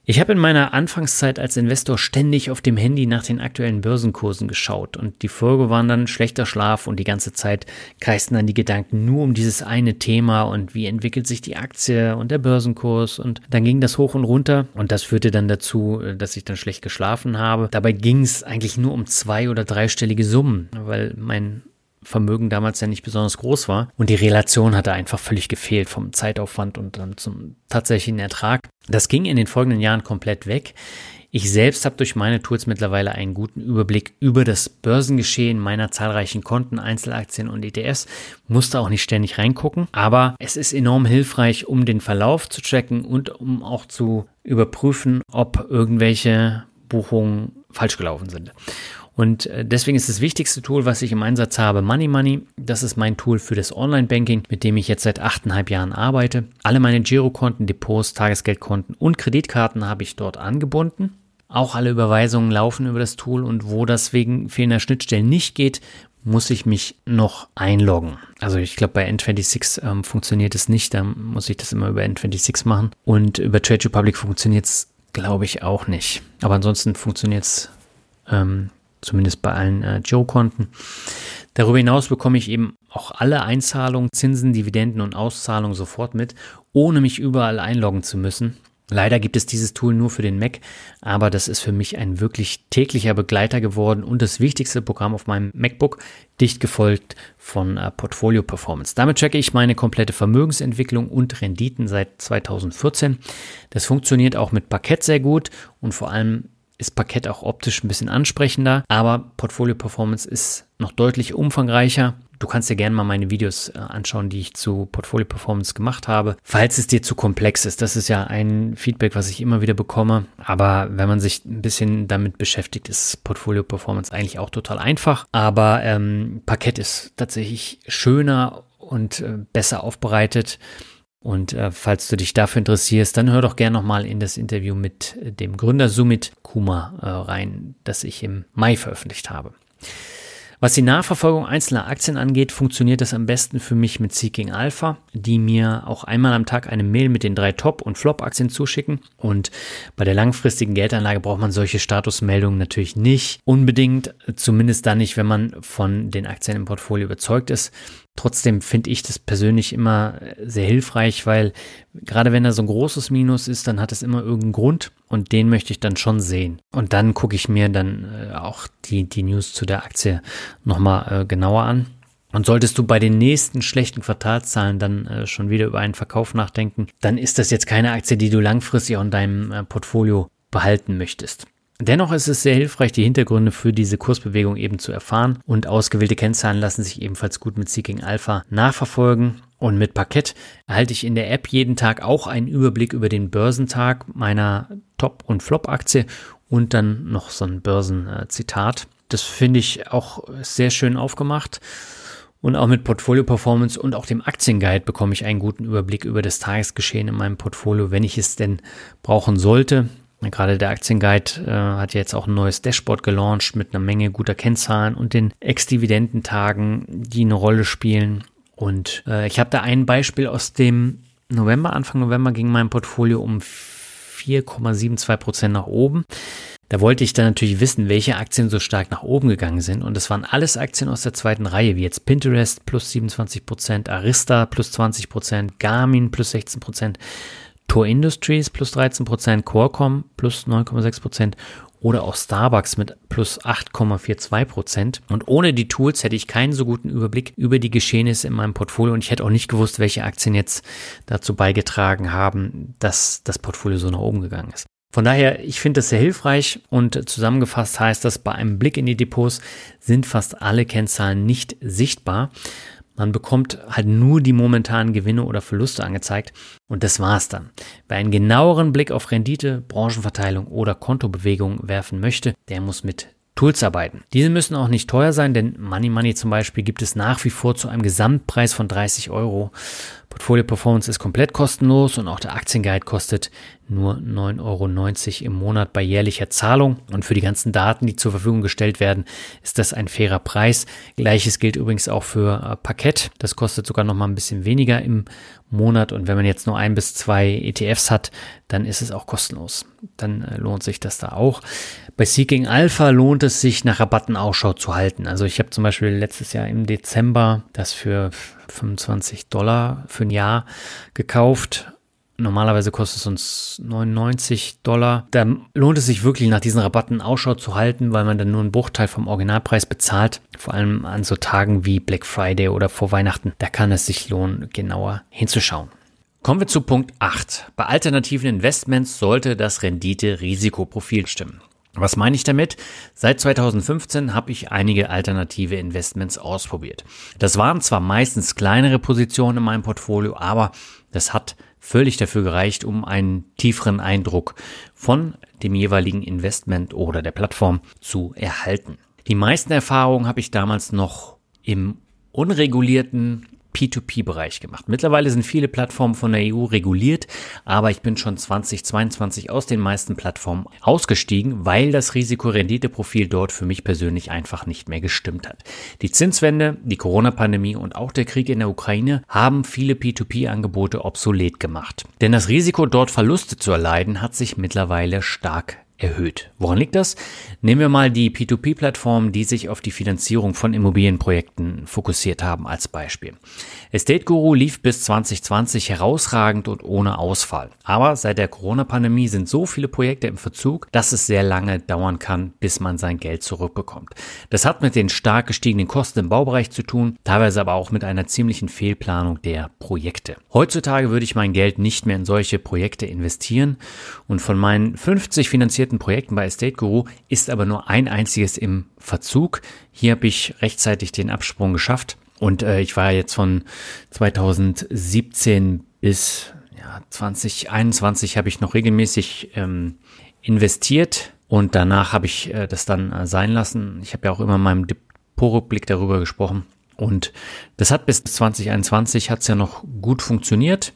[SPEAKER 2] Ich habe in meiner Anfangszeit als Investor ständig auf dem Handy nach den aktuellen Börsenkursen geschaut und die Folge waren dann schlechter Schlaf und die ganze Zeit kreisten dann die Gedanken nur um dieses eine Thema und wie entwickelt sich die Aktie und der Börsenkurs und dann ging das hoch und runter und das führte dann dazu, dass ich dann schlecht geschlafen habe. Dabei ging es eigentlich nur um zwei- oder dreistellige Summen, weil mein Vermögen damals ja nicht besonders groß war und die Relation hatte einfach völlig gefehlt vom Zeitaufwand und dann zum tatsächlichen Ertrag. Das ging in den folgenden Jahren komplett weg. Ich selbst habe durch meine Tools mittlerweile einen guten Überblick über das Börsengeschehen meiner zahlreichen Konten, Einzelaktien und E T Fs, musste auch nicht ständig reingucken, aber es ist enorm hilfreich, um den Verlauf zu tracken und um auch zu überprüfen, ob irgendwelche Buchungen falsch gelaufen sind. Und deswegen ist das wichtigste Tool, was ich im Einsatz habe, Money Money. Das ist mein Tool für das Online-Banking, mit dem ich jetzt seit achteinhalb Jahren arbeite. Alle meine Girokonten, Depots, Tagesgeldkonten und Kreditkarten habe ich dort angebunden. Auch alle Überweisungen laufen über das Tool und wo das wegen fehlender Schnittstellen nicht geht, muss ich mich noch einloggen. Also ich glaube, bei N sechsundzwanzig ähm, funktioniert es nicht, da muss ich das immer über N sechsundzwanzig machen. Und über Trade Republic funktioniert es, glaube ich, auch nicht. Aber ansonsten funktioniert es ähm, zumindest bei allen äh, Girokonten. Darüber hinaus bekomme ich eben auch alle Einzahlungen, Zinsen, Dividenden und Auszahlungen sofort mit, ohne mich überall einloggen zu müssen. Leider gibt es dieses Tool nur für den Mac, aber das ist für mich ein wirklich täglicher Begleiter geworden und das wichtigste Programm auf meinem MacBook, dicht gefolgt von äh, Portfolio Performance. Damit checke ich meine komplette Vermögensentwicklung und Renditen seit zweitausendvierzehn. Das funktioniert auch mit Parkett sehr gut und vor allem ist Parkett auch optisch ein bisschen ansprechender, aber Portfolio Performance ist noch deutlich umfangreicher. Du kannst dir gerne mal meine Videos äh, anschauen, die ich zu Portfolio Performance gemacht habe, falls es dir zu komplex ist. Das ist ja ein Feedback, was ich immer wieder bekomme, aber wenn man sich ein bisschen damit beschäftigt, ist Portfolio Performance eigentlich auch total einfach, aber ähm, Parkett ist tatsächlich schöner und äh, besser aufbereitet. Und äh, falls du dich dafür interessierst, dann hör doch gerne nochmal in das Interview mit äh, dem Gründer Sumit Kumar äh, rein, das ich im Mai veröffentlicht habe. Was die Nachverfolgung einzelner Aktien angeht, funktioniert das am besten für mich mit Seeking Alpha, die mir auch einmal am Tag eine Mail mit den drei Top- und Flop-Aktien zuschicken. Und bei der langfristigen Geldanlage braucht man solche Statusmeldungen natürlich nicht unbedingt, zumindest dann nicht, wenn man von den Aktien im Portfolio überzeugt ist. Trotzdem finde ich das persönlich immer sehr hilfreich, weil gerade wenn da so ein großes Minus ist, dann hat es immer irgendeinen Grund und den möchte ich dann schon sehen. Und dann gucke ich mir dann äh, auch die, die News zu der Aktie nochmal äh, genauer an. Und solltest du bei den nächsten schlechten Quartalszahlen dann äh, schon wieder über einen Verkauf nachdenken, dann ist das jetzt keine Aktie, die du langfristig auch in deinem äh, Portfolio behalten möchtest. Dennoch ist es sehr hilfreich, die Hintergründe für diese Kursbewegung eben zu erfahren und ausgewählte Kennzahlen lassen sich ebenfalls gut mit Seeking Alpha nachverfolgen. Und mit Parkett erhalte ich in der App jeden Tag auch einen Überblick über den Börsentag meiner Top- und Flop-Aktie und dann noch so ein Börsenzitat. Das finde ich auch sehr schön aufgemacht. Und auch mit Portfolio Performance und auch dem Aktienguide bekomme ich einen guten Überblick über das Tagesgeschehen in meinem Portfolio, wenn ich es denn brauchen sollte. Gerade der Aktienguide äh, hat ja jetzt auch ein neues Dashboard gelauncht mit einer Menge guter Kennzahlen und den Ex-Dividendentagen, die eine Rolle spielen. Und äh, ich habe da ein Beispiel aus dem November, Anfang November ging mein Portfolio um vier Komma zweiundsiebzig Prozent nach oben. Da wollte ich dann natürlich wissen, welche Aktien so stark nach oben gegangen sind. Und das waren alles Aktien aus der zweiten Reihe, wie jetzt Pinterest plus siebenundzwanzig Prozent, Arista plus zwanzig Prozent, Garmin plus sechzehn Prozent, Tor Industries plus dreizehn Prozent, Qualcomm plus neun Komma sechs Prozent oder auch Starbucks mit plus acht Komma zweiundvierzig Prozent. Und ohne die Tools hätte ich keinen so guten Überblick über die Geschehnisse in meinem Portfolio und ich hätte auch nicht gewusst, welche Aktien jetzt dazu beigetragen haben, dass das Portfolio so nach oben gegangen ist. Von daher, ich finde das sehr hilfreich und zusammengefasst heißt das, bei einem Blick in die Depots sind fast alle Kennzahlen nicht sichtbar. Man bekommt halt nur die momentanen Gewinne oder Verluste angezeigt und das war's dann. Wer einen genaueren Blick auf Rendite, Branchenverteilung oder Kontobewegung werfen möchte, der muss mit Tools arbeiten. Diese müssen auch nicht teuer sein, denn Money Money zum Beispiel gibt es nach wie vor zu einem Gesamtpreis von dreißig Euro. Portfolio Performance ist komplett kostenlos und auch der Aktienguide kostet nur neun Euro neunzig im Monat bei jährlicher Zahlung. Und für die ganzen Daten, die zur Verfügung gestellt werden, ist das ein fairer Preis. Gleiches gilt übrigens auch für äh, Parkett. Das kostet sogar noch mal ein bisschen weniger im Monat. Und wenn man jetzt nur ein bis zwei E T Fs hat, dann ist es auch kostenlos. Dann äh, lohnt sich das da auch. Bei Seeking Alpha lohnt es sich, nach Rabatten Ausschau zu halten. Also ich habe zum Beispiel letztes Jahr im Dezember das für fünfundzwanzig Dollar für ein Jahr gekauft. Normalerweise kostet es uns neunundneunzig Dollar. Da lohnt es sich wirklich, nach diesen Rabatten Ausschau zu halten, weil man dann nur einen Bruchteil vom Originalpreis bezahlt. Vor allem an so Tagen wie Black Friday oder vor Weihnachten. Da kann es sich lohnen, genauer hinzuschauen. Kommen wir zu Punkt acht. Bei alternativen Investments sollte das Rendite-Risikoprofil stimmen. Was meine ich damit? Seit zweitausendfünfzehn habe ich einige alternative Investments ausprobiert. Das waren zwar meistens kleinere Positionen in meinem Portfolio, aber das hat völlig dafür gereicht, um einen tieferen Eindruck von dem jeweiligen Investment oder der Plattform zu erhalten. Die meisten Erfahrungen habe ich damals noch im unregulierten P zwei P-Bereich gemacht. Mittlerweile sind viele Plattformen von der E U reguliert, aber ich bin schon zweitausendzweiundzwanzig aus den meisten Plattformen ausgestiegen, weil das Risiko-Rendite-Profil dort für mich persönlich einfach nicht mehr gestimmt hat. Die Zinswende, die Corona-Pandemie und auch der Krieg in der Ukraine haben viele P zwei P-Angebote obsolet gemacht. Denn das Risiko, dort Verluste zu erleiden, hat sich mittlerweile stark erhöht. Woran liegt das? Nehmen wir mal die P zwei P-Plattformen, die sich auf die Finanzierung von Immobilienprojekten fokussiert haben, als Beispiel. Estate Guru lief bis zwanzig zwanzig herausragend und ohne Ausfall. Aber seit der Corona-Pandemie sind so viele Projekte im Verzug, dass es sehr lange dauern kann, bis man sein Geld zurückbekommt. Das hat mit den stark gestiegenen Kosten im Baubereich zu tun, teilweise aber auch mit einer ziemlichen Fehlplanung der Projekte. Heutzutage würde ich mein Geld nicht mehr in solche Projekte investieren und von meinen fünfzig finanzierten Projekten bei Estate Guru ist aber nur ein einziges im Verzug. Hier habe ich rechtzeitig den Absprung geschafft und äh, ich war jetzt von zweitausendsiebzehn bis ja, zwanzig einundzwanzig habe ich noch regelmäßig ähm, investiert und danach habe ich äh, das dann äh, sein lassen. Ich habe ja auch immer in meinem Depot-Rückblick darüber gesprochen und das hat bis zwanzig einundzwanzig hat es ja noch gut funktioniert.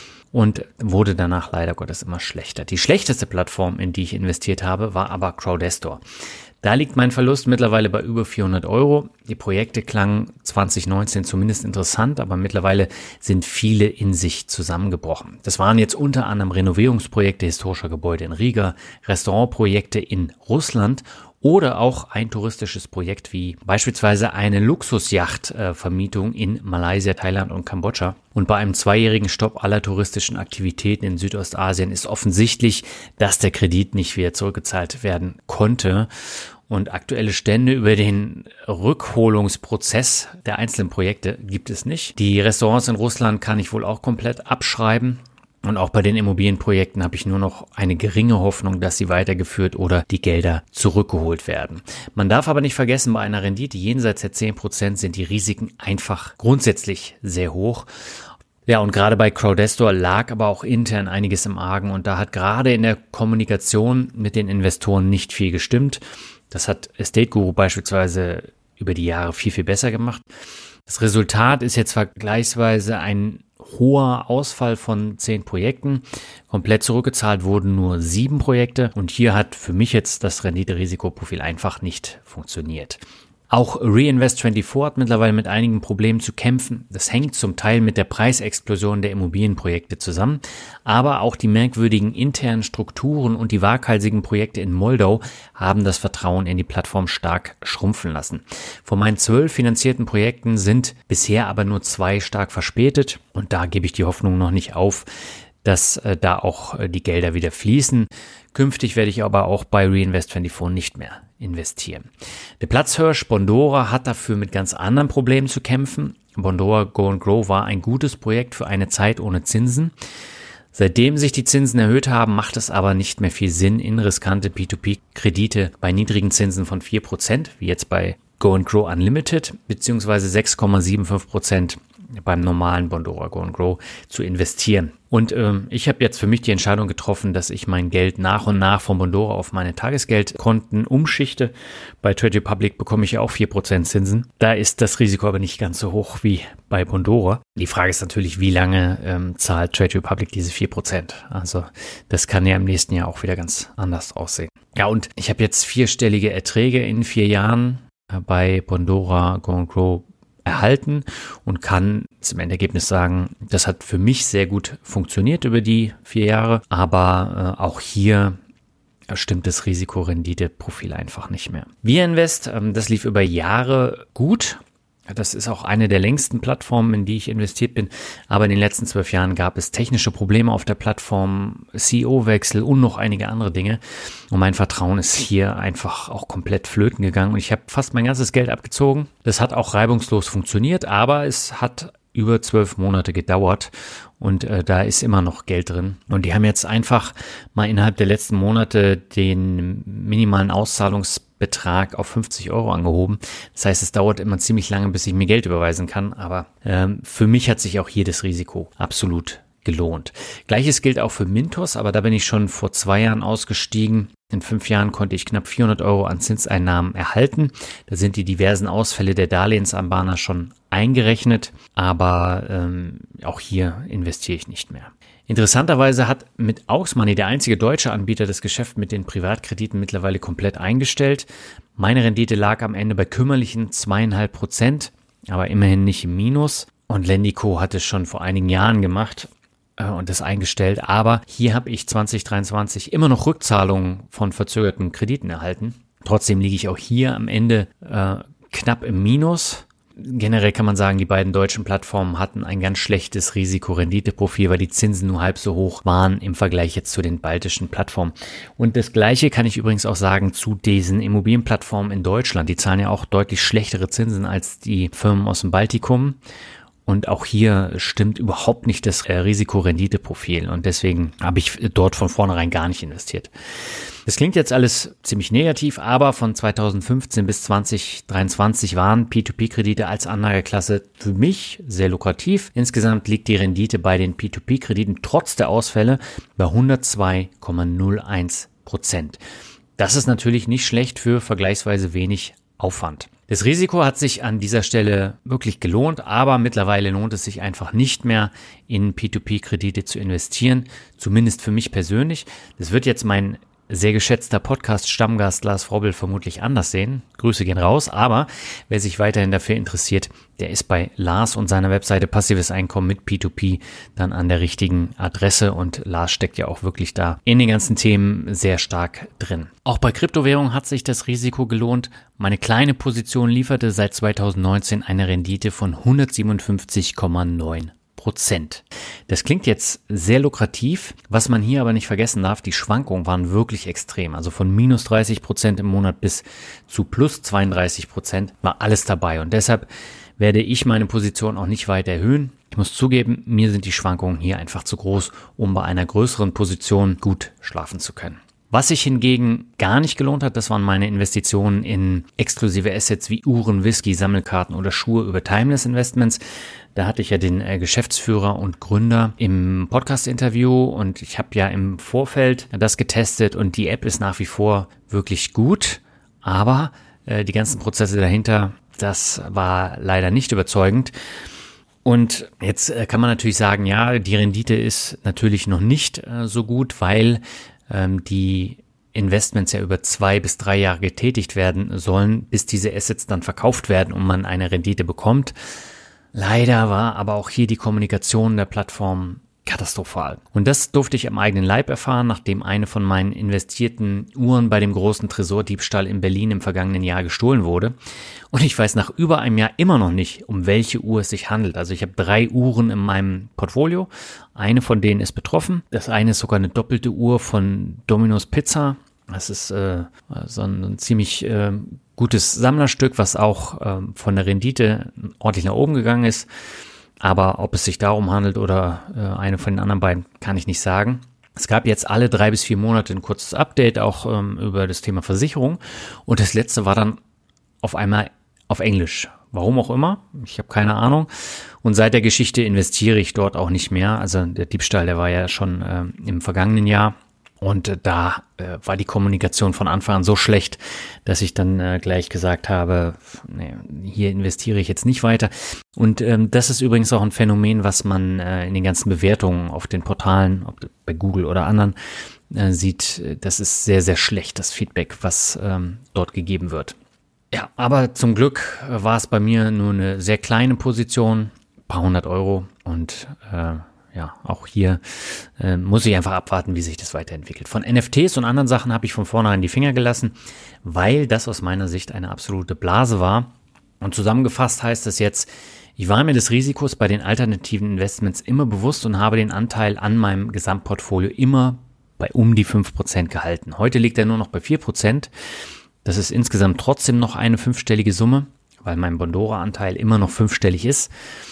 [SPEAKER 2] Und wurde danach leider Gottes immer schlechter. Die schlechteste Plattform, in die ich investiert habe, war aber Crowdestor. Da liegt mein Verlust mittlerweile bei über vierhundert Euro. Die Projekte klangen zwanzig neunzehn zumindest interessant, aber mittlerweile sind viele in sich zusammengebrochen. Das waren jetzt unter anderem Renovierungsprojekte historischer Gebäude in Riga, Restaurantprojekte in Russland oder auch ein touristisches Projekt wie beispielsweise eine Luxusjachtvermietung in Malaysia, Thailand und Kambodscha. Und bei einem zweijährigen Stopp aller touristischen Aktivitäten in Südostasien ist offensichtlich, dass der Kredit nicht wieder zurückgezahlt werden konnte. Und aktuelle Stände über den Rückholungsprozess der einzelnen Projekte gibt es nicht. Die Restaurants in Russland kann ich wohl auch komplett abschreiben. Und auch bei den Immobilienprojekten habe ich nur noch eine geringe Hoffnung, dass sie weitergeführt oder die Gelder zurückgeholt werden. Man darf aber nicht vergessen, bei einer Rendite jenseits der zehn Prozent sind die Risiken einfach grundsätzlich sehr hoch. Ja, und gerade bei Crowdestor lag aber auch intern einiges im Argen und da hat gerade in der Kommunikation mit den Investoren nicht viel gestimmt. Das hat Estate Guru beispielsweise über die Jahre viel, viel besser gemacht. Das Resultat ist jetzt vergleichsweise ein hoher Ausfall von zehn Projekten. Komplett zurückgezahlt wurden nur sieben Projekte und hier hat für mich jetzt das Rendite-Risikoprofil einfach nicht funktioniert. Auch Reinvest vierundzwanzig hat mittlerweile mit einigen Problemen zu kämpfen. Das hängt zum Teil mit der Preisexplosion der Immobilienprojekte zusammen, aber auch die merkwürdigen internen Strukturen und die waghalsigen Projekte in Moldau haben das Vertrauen in die Plattform stark schrumpfen lassen. Von meinen zwölf finanzierten Projekten sind bisher aber nur zwei stark verspätet und da gebe ich die Hoffnung noch nicht auf, dass äh, da auch äh, die Gelder wieder fließen. Künftig werde ich aber auch bei Reinvest vierundzwanzig nicht mehr investieren. Der Platzhirsch Bondora hat dafür mit ganz anderen Problemen zu kämpfen. Bondora Go and Grow war ein gutes Projekt für eine Zeit ohne Zinsen. Seitdem sich die Zinsen erhöht haben, macht es aber nicht mehr viel Sinn, in riskante P zwei P-Kredite bei niedrigen Zinsen von vier Prozent, wie jetzt bei Go and Grow Unlimited, beziehungsweise sechs Komma fünfundsiebzig Prozent beim normalen Bondora Go and Grow zu investieren. Und ähm, ich habe jetzt für mich die Entscheidung getroffen, dass ich mein Geld nach und nach von Bondora auf meine Tagesgeldkonten umschichte. Bei Trade Republic bekomme ich ja auch vier Prozent Zinsen. Da ist das Risiko aber nicht ganz so hoch wie bei Bondora. Die Frage ist natürlich, wie lange ähm, zahlt Trade Republic diese vier Prozent? Also das kann ja im nächsten Jahr auch wieder ganz anders aussehen. Ja, und ich habe jetzt vierstellige Erträge in vier Jahren äh, bei Bondora Go and Grow erhalten und kann zum Endergebnis sagen, das hat für mich sehr gut funktioniert über die vier Jahre, aber äh, auch hier stimmt das Risiko-Rendite-Profil einfach nicht mehr. Via Invest, ähm, das lief über Jahre gut. Das ist auch eine der längsten Plattformen, in die ich investiert bin. Aber in den letzten zwölf Jahren gab es technische Probleme auf der Plattform, C E O-Wechsel und noch einige andere Dinge. Und mein Vertrauen ist hier einfach auch komplett flöten gegangen. Und ich habe fast mein ganzes Geld abgezogen. Das hat auch reibungslos funktioniert, aber es hat über zwölf Monate gedauert. Und äh, da ist immer noch Geld drin. Und die haben jetzt einfach mal innerhalb der letzten Monate den minimalen Auszahlungsbetrag auf fünfzig Euro angehoben. Das heißt, es dauert immer ziemlich lange, bis ich mir Geld überweisen kann. Aber ähm, für mich hat sich auch hier das Risiko absolut gelohnt. Gleiches gilt auch für Mintos, aber da bin ich schon vor zwei Jahren ausgestiegen. In fünf Jahren konnte ich knapp vierhundert Euro an Zinseinnahmen erhalten. Da sind die diversen Ausfälle der Darlehensanbahner schon eingerechnet, aber ähm, auch hier investiere ich nicht mehr. Interessanterweise hat mit Aux Money, der einzige deutsche Anbieter, das Geschäft mit den Privatkrediten mittlerweile komplett eingestellt. Meine Rendite lag am Ende bei kümmerlichen zweieinhalb Prozent, aber immerhin nicht im Minus. Und Lendico hat es schon vor einigen Jahren gemacht und das eingestellt, aber hier habe ich zwanzig dreiundzwanzig immer noch Rückzahlungen von verzögerten Krediten erhalten. Trotzdem liege ich auch hier am Ende äh, knapp im Minus. Generell kann man sagen, die beiden deutschen Plattformen hatten ein ganz schlechtes Risiko-Rendite-Profil, weil die Zinsen nur halb so hoch waren im Vergleich jetzt zu den baltischen Plattformen. Und das Gleiche kann ich übrigens auch sagen zu diesen Immobilienplattformen in Deutschland. Die zahlen ja auch deutlich schlechtere Zinsen als die Firmen aus dem Baltikum. Und auch hier stimmt überhaupt nicht das Risiko-Rendite-Profil und deswegen habe ich dort von vornherein gar nicht investiert. Das klingt jetzt alles ziemlich negativ, aber von zweitausendfünfzehn bis zwanzig dreiundzwanzig waren P zwei P-Kredite als Anlageklasse für mich sehr lukrativ. Insgesamt liegt die Rendite bei den P zwei P-Krediten trotz der Ausfälle bei hundertzwei Komma null eins Prozent. Das ist natürlich nicht schlecht für vergleichsweise wenig Aufwand. Das Risiko hat sich an dieser Stelle wirklich gelohnt, aber mittlerweile lohnt es sich einfach nicht mehr, in P zwei P-Kredite zu investieren, zumindest für mich persönlich. Das wird jetzt mein sehr geschätzter Podcast-Stammgast Lars Frobbel vermutlich anders sehen. Grüße gehen raus, aber wer sich weiterhin dafür interessiert, der ist bei Lars und seiner Webseite Passives Einkommen mit P zwei P dann an der richtigen Adresse und Lars steckt ja auch wirklich da in den ganzen Themen sehr stark drin. Auch bei Kryptowährungen hat sich das Risiko gelohnt. Meine kleine Position lieferte seit zweitausendneunzehn eine Rendite von hundertsiebenundfünfzig Komma neun Prozent. Das klingt jetzt sehr lukrativ, was man hier aber nicht vergessen darf, die Schwankungen waren wirklich extrem. Also von minus dreißig Prozent im Monat bis zu plus zweiunddreißig Prozent war alles dabei und deshalb werde ich meine Position auch nicht weiter erhöhen. Ich muss zugeben, mir sind die Schwankungen hier einfach zu groß, um bei einer größeren Position gut schlafen zu können. Was sich hingegen gar nicht gelohnt hat, das waren meine Investitionen in exklusive Assets wie Uhren, Whisky, Sammelkarten oder Schuhe über Timeless Investments. Da hatte ich ja den äh, Geschäftsführer und Gründer im Podcast-Interview und ich habe ja im Vorfeld das getestet und die App ist nach wie vor wirklich gut, aber äh, die ganzen Prozesse dahinter, das war leider nicht überzeugend. Und jetzt äh, kann man natürlich sagen, ja, die Rendite ist natürlich noch nicht äh, so gut, weil ähm, die Investments ja über zwei bis drei Jahre getätigt werden sollen, bis diese Assets dann verkauft werden und man eine Rendite bekommt. Leider war aber auch hier die Kommunikation der Plattform katastrophal. Und das durfte ich am eigenen Leib erfahren, nachdem eine von meinen investierten Uhren bei dem großen Tresordiebstahl in Berlin im vergangenen Jahr gestohlen wurde. Und ich weiß nach über einem Jahr immer noch nicht, um welche Uhr es sich handelt. Also ich habe drei Uhren in meinem Portfolio. Eine von denen ist betroffen. Das eine ist sogar eine doppelte Uhr von Domino's Pizza. Das ist äh, so ein, ein ziemlich äh, gutes Sammlerstück, was auch äh, von der Rendite ordentlich nach oben gegangen ist. Aber ob es sich darum handelt oder äh, eine von den anderen beiden, kann ich nicht sagen. Es gab jetzt alle drei bis vier Monate ein kurzes Update, auch ähm, über das Thema Versicherung. Und das letzte war dann auf einmal auf Englisch. Warum auch immer, ich habe keine Ahnung. Und seit der Geschichte investiere ich dort auch nicht mehr. Also der Diebstahl, der war ja schon äh, im vergangenen Jahr. Und äh, da äh, war die Kommunikation von Anfang an so schlecht, dass ich dann äh, gleich gesagt habe, nee, hier investiere ich jetzt nicht weiter. Und ähm, das ist übrigens auch ein Phänomen, was man äh, in den ganzen Bewertungen auf den Portalen, ob bei Google oder anderen, äh, sieht. Das ist sehr, sehr schlecht, das Feedback, was ähm, dort gegeben wird. Ja, aber zum Glück war es bei mir nur eine sehr kleine Position, ein paar hundert Euro. Und äh, ja, auch hier äh, muss ich einfach abwarten, wie sich das weiterentwickelt. Von N F Ts und anderen Sachen habe ich von vornherein die Finger gelassen, weil das aus meiner Sicht eine absolute Blase war. Und zusammengefasst heißt das jetzt, ich war mir des Risikos bei den alternativen Investments immer bewusst und habe den Anteil an meinem Gesamtportfolio immer bei um die fünf Prozent gehalten. Heute liegt er nur noch bei vier Prozent. Das ist insgesamt trotzdem noch eine fünfstellige Summe, weil mein Bondora-Anteil immer noch fünfstellig ist.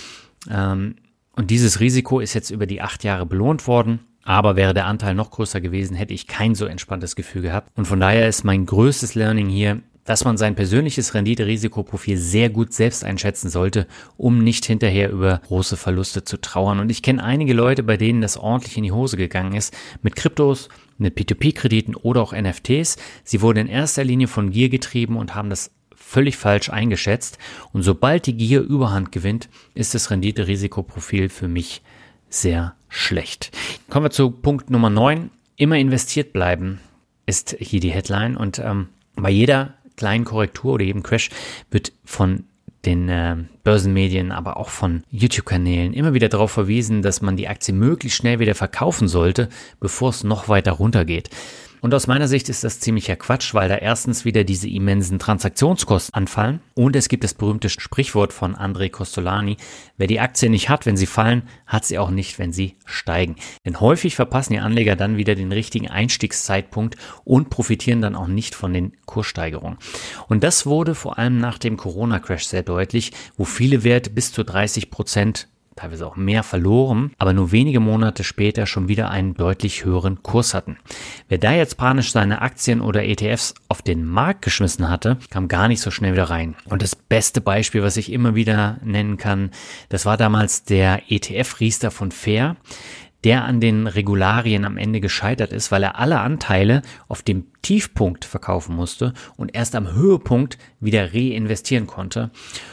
[SPEAKER 2] Ähm, und dieses Risiko ist jetzt über die acht Jahre belohnt worden. Aber wäre der Anteil noch größer gewesen, hätte ich kein so entspanntes Gefühl gehabt. Und von daher ist mein größtes Learning hier, dass man sein persönliches Rendite-Risikoprofil sehr gut selbst einschätzen sollte, um nicht hinterher über große Verluste zu trauern. Und ich kenne einige Leute, bei denen das ordentlich in die Hose gegangen ist, mit Kryptos, mit P zwei P-Krediten oder auch N F Ts. Sie wurden in erster Linie von Gier getrieben und haben das völlig falsch eingeschätzt. Und sobald die Gier Überhand gewinnt, ist das Rendite-Risikoprofil für mich sehr schlecht. Kommen wir zu Punkt Nummer neun. Immer investiert bleiben ist hier die Headline. Und ähm, bei jeder kleinen Korrektur oder jedem Crash wird von den äh, Börsenmedien, aber auch von YouTube-Kanälen immer wieder darauf verwiesen, dass man die Aktie möglichst schnell wieder verkaufen sollte, bevor es noch weiter runtergeht. Und aus meiner Sicht ist das ziemlicher Quatsch, weil da erstens wieder diese immensen Transaktionskosten anfallen und es gibt das berühmte Sprichwort von André Costolani, wer die Aktie nicht hat, wenn sie fallen, hat sie auch nicht, wenn sie steigen. Denn häufig verpassen die Anleger dann wieder den richtigen Einstiegszeitpunkt und profitieren dann auch nicht von den Kurssteigerungen. Und das wurde vor allem nach dem Corona-Crash sehr deutlich, wo viele Werte bis zu dreißig Prozent teilweise auch mehr verloren, aber nur wenige Monate später schon wieder einen deutlich höheren Kurs hatten. Wer da jetzt panisch seine Aktien oder E T Fs auf den Markt geschmissen hatte, kam gar nicht so schnell wieder rein. Und das beste Beispiel, was ich immer wieder nennen kann, das war damals der E T F-Riester von Fair, der an den Regularien am Ende gescheitert ist, weil er alle Anteile auf dem Tiefpunkt verkaufen musste und erst am Höhepunkt wieder reinvestieren konnte.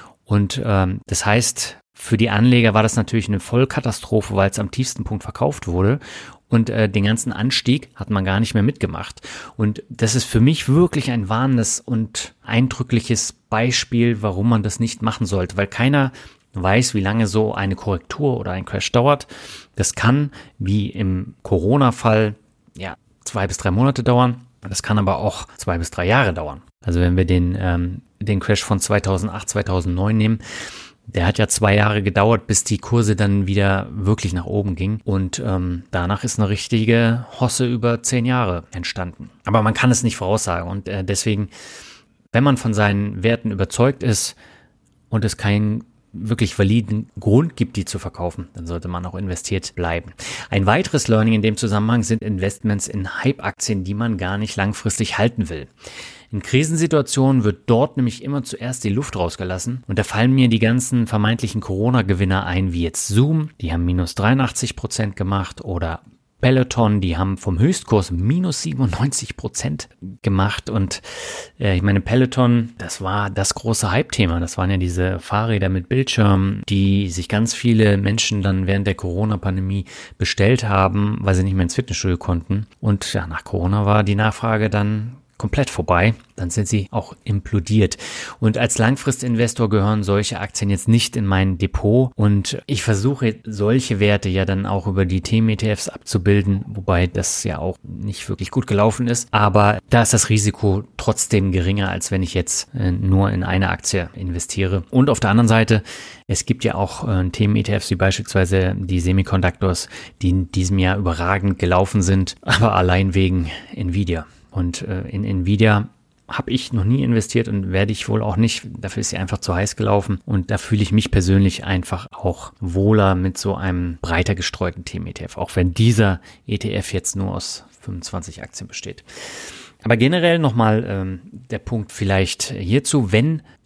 [SPEAKER 2] Und ähm, das heißt, für die Anleger war das natürlich eine Vollkatastrophe, weil es am tiefsten Punkt verkauft wurde und äh, den ganzen Anstieg hat man gar nicht mehr mitgemacht. Und das ist für mich wirklich ein warnendes und eindrückliches Beispiel, warum man das nicht machen sollte, weil keiner weiß, wie lange so eine Korrektur oder ein Crash dauert. Das kann, wie im Corona-Fall, ja, zwei bis drei Monate dauern. Das kann aber auch zwei bis drei Jahre dauern. Also wenn wir den, ähm, den Crash von zweitausendacht, zweitausendneun nehmen, der hat ja zwei Jahre gedauert, bis die Kurse dann wieder wirklich nach oben gingen. Und ähm, danach ist eine richtige Hosse über zehn Jahre entstanden. Aber man kann es nicht voraussagen. Und äh, deswegen, wenn man von seinen Werten überzeugt ist und es keinen wirklich validen Grund gibt, die zu verkaufen, dann sollte man auch investiert bleiben. Ein weiteres Learning in dem Zusammenhang sind Investments in Hype-Aktien, die man gar nicht langfristig halten will. In Krisensituationen wird dort nämlich immer zuerst die Luft rausgelassen und da fallen mir die ganzen vermeintlichen Corona-Gewinner ein, wie jetzt Zoom, die haben minus dreiundachtzig Prozent gemacht, oder Peloton, die haben vom Höchstkurs minus siebenundneunzig Prozent gemacht. Und äh, ich meine, Peloton, das war das große Hype-Thema. Das waren ja diese Fahrräder mit Bildschirmen, die sich ganz viele Menschen dann während der Corona-Pandemie bestellt haben, weil sie nicht mehr ins Fitnessstudio konnten. Und ja, nach Corona war die Nachfrage dann komplett vorbei, dann sind sie auch implodiert. Und als Langfristinvestor gehören solche Aktien jetzt nicht in mein Depot und ich versuche solche Werte ja dann auch über die Themen-E T Fs abzubilden, wobei das ja auch nicht wirklich gut gelaufen ist, aber da ist das Risiko trotzdem geringer, als wenn ich jetzt äh, nur in eine Aktie investiere. Und auf der anderen Seite, es gibt ja auch äh, Themen-E T Fs wie beispielsweise die Semiconductors, die in diesem Jahr überragend gelaufen sind, aber allein wegen Nvidia. Und äh, in Nvidia habe ich noch nie investiert und werde ich wohl auch nicht. Dafür ist sie einfach zu heiß gelaufen und da fühle ich mich persönlich einfach auch wohler mit so einem breiter gestreuten Themen-E T F, auch wenn dieser E T F jetzt nur aus fünfundzwanzig Aktien besteht. Aber generell nochmal ähm, der Punkt vielleicht hierzu, wenn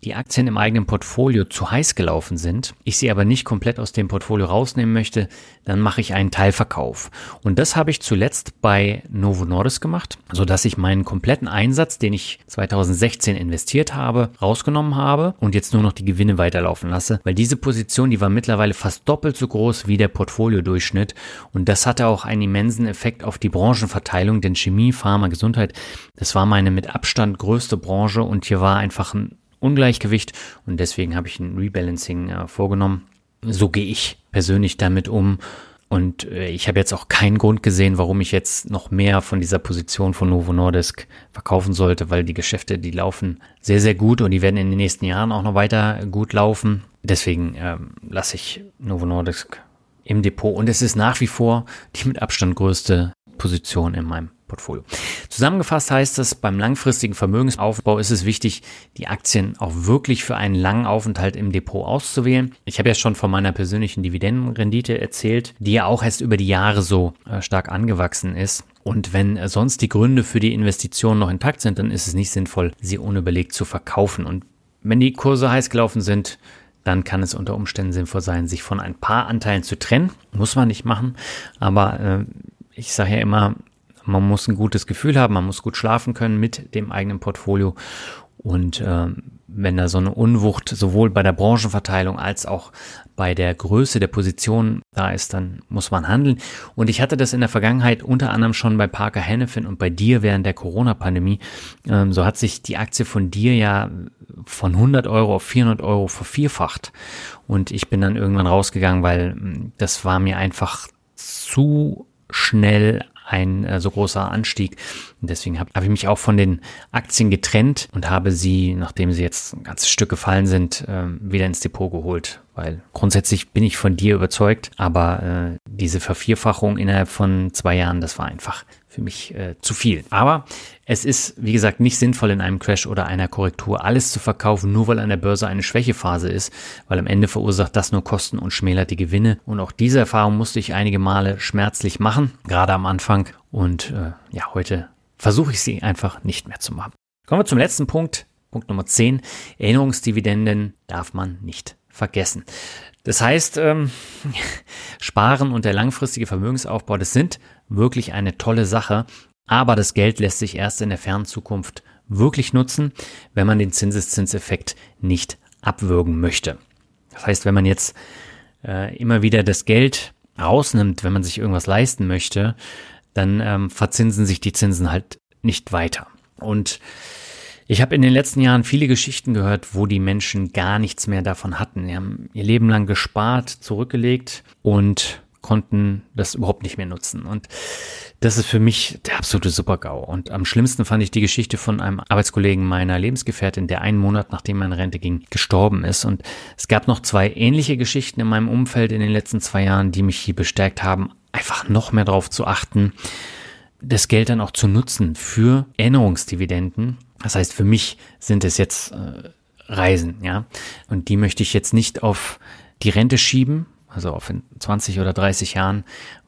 [SPEAKER 2] die Aktien im eigenen Portfolio zu heiß gelaufen sind, ich sie aber nicht komplett aus dem Portfolio rausnehmen möchte, dann mache ich einen Teilverkauf. Und das habe ich zuletzt bei Novo Nordisk gemacht, sodass ich meinen kompletten Einsatz, den ich zweitausendsechzehn investiert habe, rausgenommen habe und jetzt nur noch die Gewinne weiterlaufen lasse, weil diese Position, die war mittlerweile fast doppelt so groß wie der Portfoliodurchschnitt und das hatte auch einen immensen Effekt auf die Branchenverteilung, denn Chemie, Pharma, Gesundheit, das war meine mit Abstand größte Branche und hier war einfach ein Ungleichgewicht und deswegen habe ich ein Rebalancing äh, vorgenommen. So gehe ich persönlich damit um und äh, ich habe jetzt auch keinen Grund gesehen, warum ich jetzt noch mehr von dieser Position von Novo Nordisk verkaufen sollte, weil die Geschäfte, die laufen sehr, sehr gut und die werden in den nächsten Jahren auch noch weiter gut laufen. Deswegen ähm, lasse ich Novo Nordisk im Depot und es ist nach wie vor die mit Abstand größte Position in meinem Portfolio. Zusammengefasst heißt es, beim langfristigen Vermögensaufbau ist es wichtig, die Aktien auch wirklich für einen langen Aufenthalt im Depot auszuwählen. Ich habe ja schon von meiner persönlichen Dividendenrendite erzählt, die ja auch erst über die Jahre so äh, stark angewachsen ist. Und wenn äh, sonst die Gründe für die Investition noch intakt sind, dann ist es nicht sinnvoll, sie unüberlegt zu verkaufen. Und wenn die Kurse heiß gelaufen sind, dann kann es unter Umständen sinnvoll sein, sich von ein paar Anteilen zu trennen. Muss man nicht machen, aber äh, ich sage ja immer, man muss ein gutes Gefühl haben, man muss gut schlafen können mit dem eigenen Portfolio und äh, wenn da so eine Unwucht sowohl bei der Branchenverteilung als auch bei der Größe der Position da ist, dann muss man handeln. Und ich hatte das in der Vergangenheit unter anderem schon bei Parker Hannifin und bei Deere während der Corona-Pandemie. Ähm, so hat sich die Aktie von Deere ja von hundert Euro auf vierhundert Euro vervierfacht und ich bin dann irgendwann rausgegangen, weil das war mir einfach zu schnell ein äh, so großer Anstieg. Und deswegen habe hab ich mich auch von den Aktien getrennt und habe sie, nachdem sie jetzt ein ganzes Stück gefallen sind, äh, wieder ins Depot geholt. Weil grundsätzlich bin ich von dir überzeugt, aber äh, diese Vervierfachung innerhalb von zwei Jahren, das war einfach für mich äh, zu viel. Aber es ist, wie gesagt, nicht sinnvoll in einem Crash oder einer Korrektur alles zu verkaufen, nur weil an der Börse eine Schwächephase ist, weil am Ende verursacht das nur Kosten und schmälert die Gewinne. Und auch diese Erfahrung musste ich einige Male schmerzlich machen, gerade am Anfang. Und äh, ja, heute versuche ich sie einfach nicht mehr zu machen. Kommen wir zum letzten Punkt, Punkt Nummer zehn. Erinnerungsdividenden darf man nicht vergessen. Das heißt, ähm, Sparen und der langfristige Vermögensaufbau, das sind wirklich eine tolle Sache, aber das Geld lässt sich erst in der fernen Zukunft wirklich nutzen, wenn man den Zinseszinseffekt nicht abwürgen möchte. Das heißt, wenn man jetzt äh, immer wieder das Geld rausnimmt, wenn man sich irgendwas leisten möchte, dann ähm, verzinsen sich die Zinsen halt nicht weiter. Und ich habe in den letzten Jahren viele Geschichten gehört, wo die Menschen gar nichts mehr davon hatten. Die haben ihr Leben lang gespart, zurückgelegt und konnten das überhaupt nicht mehr nutzen. Und das ist für mich der absolute Super-GAU. Und am schlimmsten fand ich die Geschichte von einem Arbeitskollegen meiner Lebensgefährtin, der einen Monat nachdem meine Rente ging, gestorben ist. Und es gab noch zwei ähnliche Geschichten in meinem Umfeld in den letzten zwei Jahren, die mich hier bestärkt haben, einfach noch mehr darauf zu achten, das Geld dann auch zu nutzen für Erinnerungsdividenden. Das heißt, für mich sind es jetzt äh, Reisen, ja. Und die möchte ich jetzt nicht auf die Rente schieben, also auf in zwanzig oder dreißig Jahren,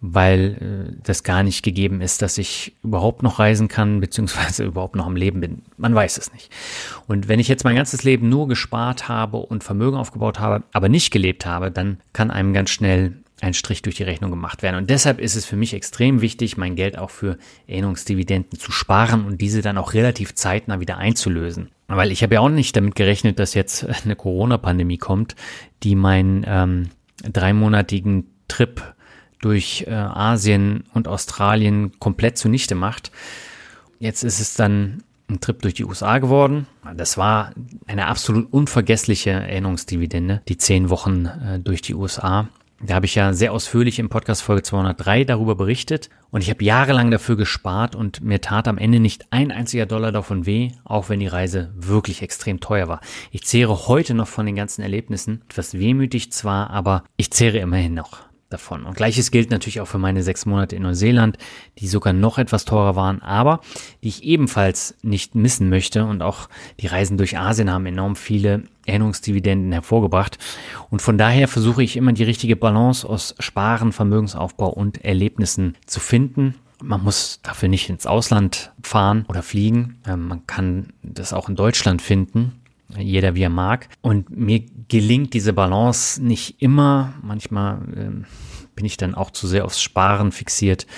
[SPEAKER 2] weil äh, das gar nicht gegeben ist, dass ich überhaupt noch reisen kann, beziehungsweise überhaupt noch am Leben bin. Man weiß es nicht. Und wenn ich jetzt mein ganzes Leben nur gespart habe und Vermögen aufgebaut habe, aber nicht gelebt habe, dann kann einem ganz schnell ein Strich durch die Rechnung gemacht werden. Und deshalb ist es für mich extrem wichtig, mein Geld auch für Erinnerungsdividenden zu sparen und diese dann auch relativ zeitnah wieder einzulösen. Weil ich habe ja auch nicht damit gerechnet, dass jetzt eine Corona-Pandemie kommt, die meinen ähm, dreimonatigen Trip durch äh, Asien und Australien komplett zunichte macht. Jetzt ist es dann ein Trip durch die U S A geworden. Das war eine absolut unvergessliche Erinnerungsdividende, die zehn Wochen äh, durch die U S A. Da habe ich ja sehr ausführlich in Podcast Folge zweihundertdrei darüber berichtet und ich habe jahrelang dafür gespart und mir tat am Ende nicht ein einziger Dollar davon weh, auch wenn die Reise wirklich extrem teuer war. Ich zehre heute noch von den ganzen Erlebnissen, etwas wehmütig zwar, aber ich zehre immerhin noch davon. Und gleiches gilt natürlich auch für meine sechs Monate in Neuseeland, die sogar noch etwas teurer waren, aber die ich ebenfalls nicht missen möchte. Und auch die Reisen durch Asien haben enorm viele Erinnerungsdividenden hervorgebracht. Und von daher versuche ich immer die richtige Balance aus Sparen, Vermögensaufbau und Erlebnissen zu finden. Man muss dafür nicht ins Ausland fahren oder fliegen. Man kann das auch in Deutschland finden. jeder wie er mag. Und mir gelingt diese Balance nicht immer. Manchmal äh, bin ich dann auch zu sehr aufs Sparen fixiert.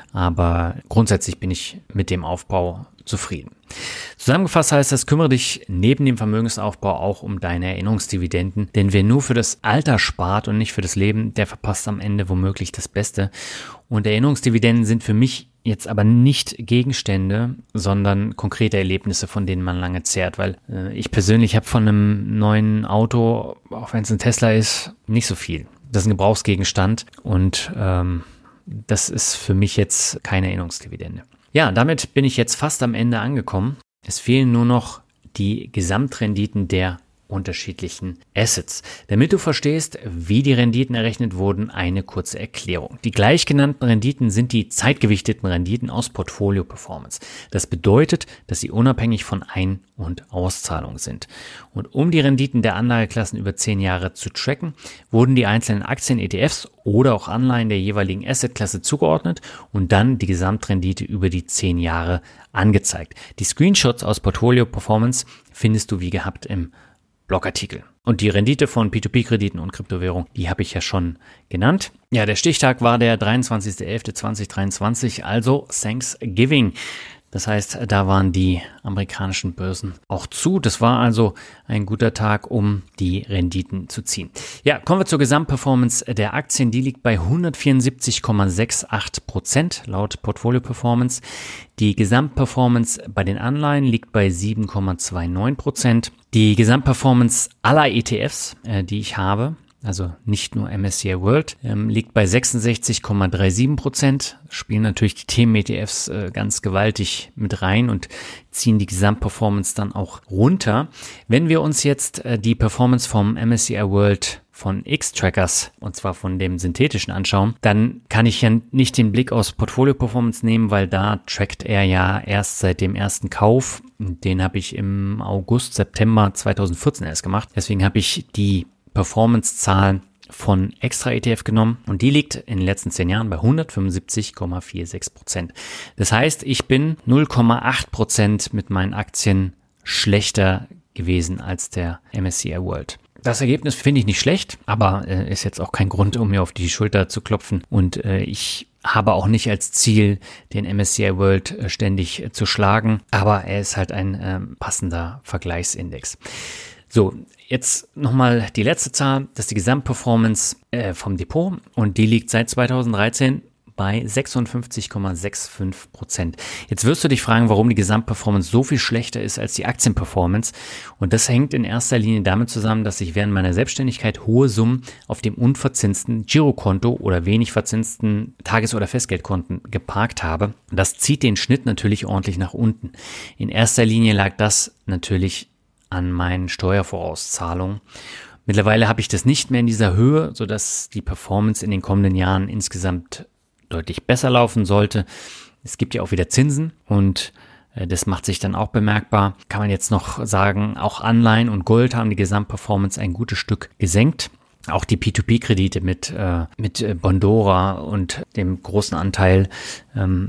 [SPEAKER 2] Aber grundsätzlich bin ich mit dem Aufbau zufrieden. Zusammengefasst heißt das, kümmere dich neben dem Vermögensaufbau auch um deine Erinnerungsdividenden, denn wer nur für das Alter spart und nicht für das Leben, der verpasst am Ende womöglich das Beste. Und Erinnerungsdividenden sind für mich jetzt aber nicht Gegenstände, sondern konkrete Erlebnisse, von denen man lange zehrt, weil äh, ich persönlich habe von einem neuen Auto, auch wenn es ein Tesla ist, nicht so viel. Das ist ein Gebrauchsgegenstand und ähm, das ist für mich jetzt keine Erinnerungsdividende. Ja, damit bin ich jetzt fast am Ende angekommen. Es fehlen nur noch die Gesamtrenditen der unterschiedlichen Assets. Damit du verstehst, wie die Renditen errechnet wurden, eine kurze Erklärung. Die gleich genannten Renditen sind die zeitgewichteten Renditen aus Portfolio Performance. Das bedeutet, dass sie unabhängig von Ein- und Auszahlungen sind. Und um die Renditen der Anlageklassen über zehn Jahre zu tracken, wurden die einzelnen Aktien, E T Fs oder auch Anleihen der jeweiligen Assetklasse zugeordnet und dann die Gesamtrendite über die zehn Jahre angezeigt. Die Screenshots aus Portfolio Performance findest du wie gehabt im Blogartikel. Und die Rendite von P to P-Krediten und Kryptowährung, die habe ich ja schon genannt. Ja, der Stichtag war der dreiundzwanzigster elfter zweitausenddreiundzwanzig, also Thanksgiving. Das heißt, da waren die amerikanischen Börsen auch zu. Das war also ein guter Tag, um die Renditen zu ziehen. Ja, kommen wir zur Gesamtperformance der Aktien. Die liegt bei hundertvierundsiebzig Komma achtundsechzig Prozent laut Portfolio Performance. Die Gesamtperformance bei den Anleihen liegt bei sieben Komma neunundzwanzig Prozent. Die Gesamtperformance aller E T Fs, äh, die ich habe, also nicht nur M S C I World, ähm, liegt bei sechsundsechzig Komma siebenunddreißig Prozent. Spielen natürlich die Themen-E T Fs äh, ganz gewaltig mit rein und ziehen die Gesamtperformance dann auch runter. Wenn wir uns jetzt äh, die Performance vom M S C I World von X-Trackers, und zwar von dem synthetischen, anschauen, dann kann ich ja nicht den Blick aus Portfolio-Performance nehmen, weil da trackt er ja erst seit dem ersten Kauf. Den habe ich im August, September zweitausendvierzehn erst gemacht. Deswegen habe ich die Performance-Zahlen von Extra E T F genommen und die liegt in den letzten zehn Jahren bei hundertfünfundsiebzig Komma sechsundvierzig Prozent. Das heißt, ich bin null Komma acht Prozent mit meinen Aktien schlechter gewesen als der M S C I World. Das Ergebnis finde ich nicht schlecht, aber äh, ist jetzt auch kein Grund, um mir auf die Schulter zu klopfen. Und äh, ich habe auch nicht als Ziel, den M S C I World äh, ständig äh, zu schlagen, aber er ist halt ein äh, passender Vergleichsindex. So, jetzt nochmal die letzte Zahl, das ist die Gesamtperformance äh, vom Depot und die liegt seit zweitausenddreizehn bei sechsundfünfzig Komma fünfundsechzig Prozent. Jetzt wirst du dich fragen, warum die Gesamtperformance so viel schlechter ist als die Aktienperformance. Und das hängt in erster Linie damit zusammen, dass ich während meiner Selbstständigkeit hohe Summen auf dem unverzinsten Girokonto oder wenig verzinsten Tages- oder Festgeldkonten geparkt habe. Das zieht den Schnitt natürlich ordentlich nach unten. In erster Linie lag das natürlich an meinen Steuervorauszahlungen. Mittlerweile habe ich das nicht mehr in dieser Höhe, sodass die Performance in den kommenden Jahren insgesamt deutlich besser laufen sollte. Es gibt ja auch wieder Zinsen und äh, das macht sich dann auch bemerkbar. Kann man jetzt noch sagen, auch Anleihen und Gold haben die Gesamtperformance ein gutes Stück gesenkt. Auch die P to P-Kredite mit, äh, mit Bondora und dem großen Anteil ähm,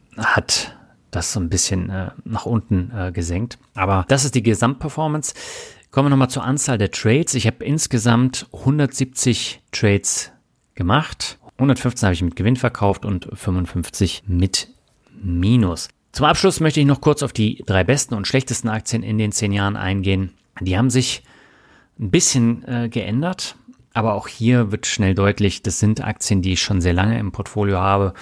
[SPEAKER 2] hat das so ein bisschen äh, nach unten äh, gesenkt. Aber das ist die Gesamtperformance. Kommen wir nochmal zur Anzahl der Trades. Ich habe insgesamt hundertsiebzig Trades gemacht. hundertfünfzehn habe ich mit Gewinn verkauft und fünfundfünfzig mit Minus. Zum Abschluss möchte ich noch kurz auf die drei besten und schlechtesten Aktien in den zehn Jahren eingehen. Die haben sich ein bisschen äh, geändert, aber auch hier wird schnell deutlich, das sind Aktien, die ich schon sehr lange im Portfolio habe.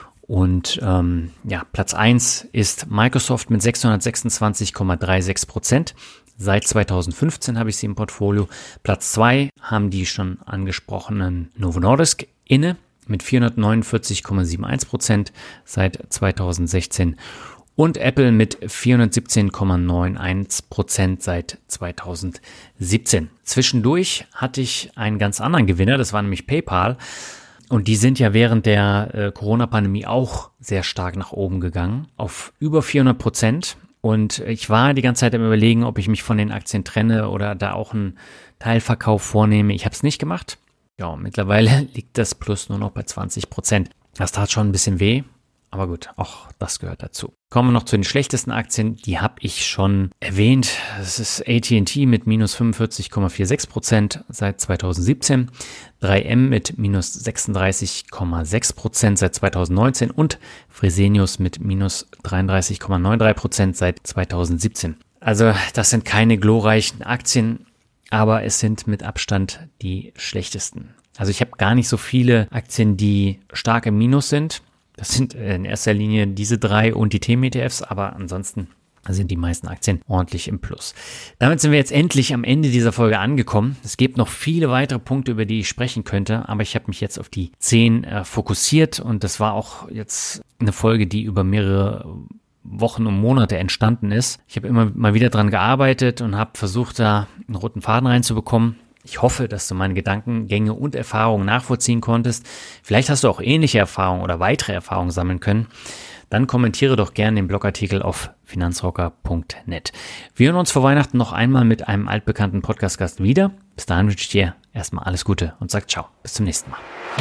[SPEAKER 2] Und ähm, ja, Platz eins ist Microsoft mit sechshundertsechsundzwanzig Komma sechsunddreißig Prozent. Seit zweitausendfünfzehn habe ich sie im Portfolio. Platz zwei haben die schon angesprochenen Novo Nordisk inne mit vierhundertneunundvierzig Komma einundsiebzig Prozent seit zweitausendsechzehn und Apple mit vierhundertsiebzehn Komma einundneunzig Prozent seit zweitausendsiebzehn. Zwischendurch hatte ich einen ganz anderen Gewinner, das war nämlich PayPal. Und die sind ja während der äh, Corona-Pandemie auch sehr stark nach oben gegangen, auf über vierhundert Prozent. Und ich war die ganze Zeit am Überlegen, ob ich mich von den Aktien trenne oder da auch einen Teilverkauf vornehme. Ich habe es nicht gemacht. Ja, mittlerweile liegt das Plus nur noch bei zwanzig Prozent. Das tat schon ein bisschen weh, Aber gut, auch das gehört dazu. Kommen wir noch zu den schlechtesten Aktien. Die habe ich schon erwähnt. Das ist A T and T mit minus fünfundvierzig Komma sechsundvierzig Prozent seit zweitausendsiebzehn, drei M mit minus sechsunddreißig Komma sechs Prozent seit zweitausendneunzehn und Fresenius mit minus dreiunddreißig Komma dreiundneunzig Prozent seit zweitausendsiebzehn. Also das sind keine glorreichen Aktien, aber es sind mit Abstand die schlechtesten. Also ich habe gar nicht so viele Aktien, die stark im Minus sind. Das sind in erster Linie diese drei und die Themen-E T Fs, aber ansonsten sind die meisten Aktien ordentlich im Plus. Damit sind wir jetzt endlich am Ende dieser Folge angekommen. Es gibt noch viele weitere Punkte, über die ich sprechen könnte, aber ich habe mich jetzt auf die zehn äh, fokussiert und das war auch jetzt eine Folge, die über mehrere Wochen und Monate entstanden ist. Ich habe immer mal wieder dran gearbeitet und habe versucht, da einen roten Faden reinzubekommen. Ich hoffe, dass du meine Gedankengänge und Erfahrungen nachvollziehen konntest. Vielleicht hast du auch ähnliche Erfahrungen oder weitere Erfahrungen sammeln können. Dann kommentiere doch gerne den Blogartikel auf finanzrocker punkt net. Wir hören uns vor Weihnachten noch einmal mit einem altbekannten Podcast-Gast wieder. Bis dahin wünsche ich dir erstmal alles Gute und sag ciao. Bis zum nächsten Mal.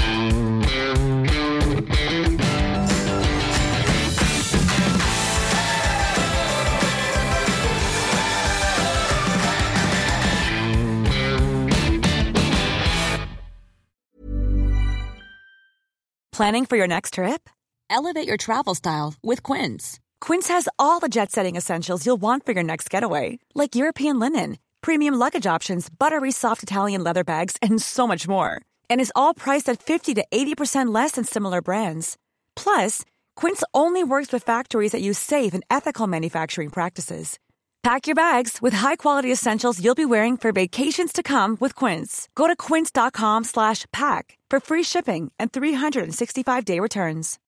[SPEAKER 3] Planning for your next trip? Elevate your travel style with Quince. Quince has all the jet-setting essentials you'll want for your next getaway, like European linen, premium luggage options, buttery soft Italian leather bags, and so much more. And is all priced at fifty to eighty percent less than similar brands. Plus, Quince only works with factories that use safe and ethical manufacturing practices. Pack your bags with high-quality essentials you'll be wearing for vacations to come with Quince. Go to quince dot com slash pack for free shipping and three sixty-five day returns.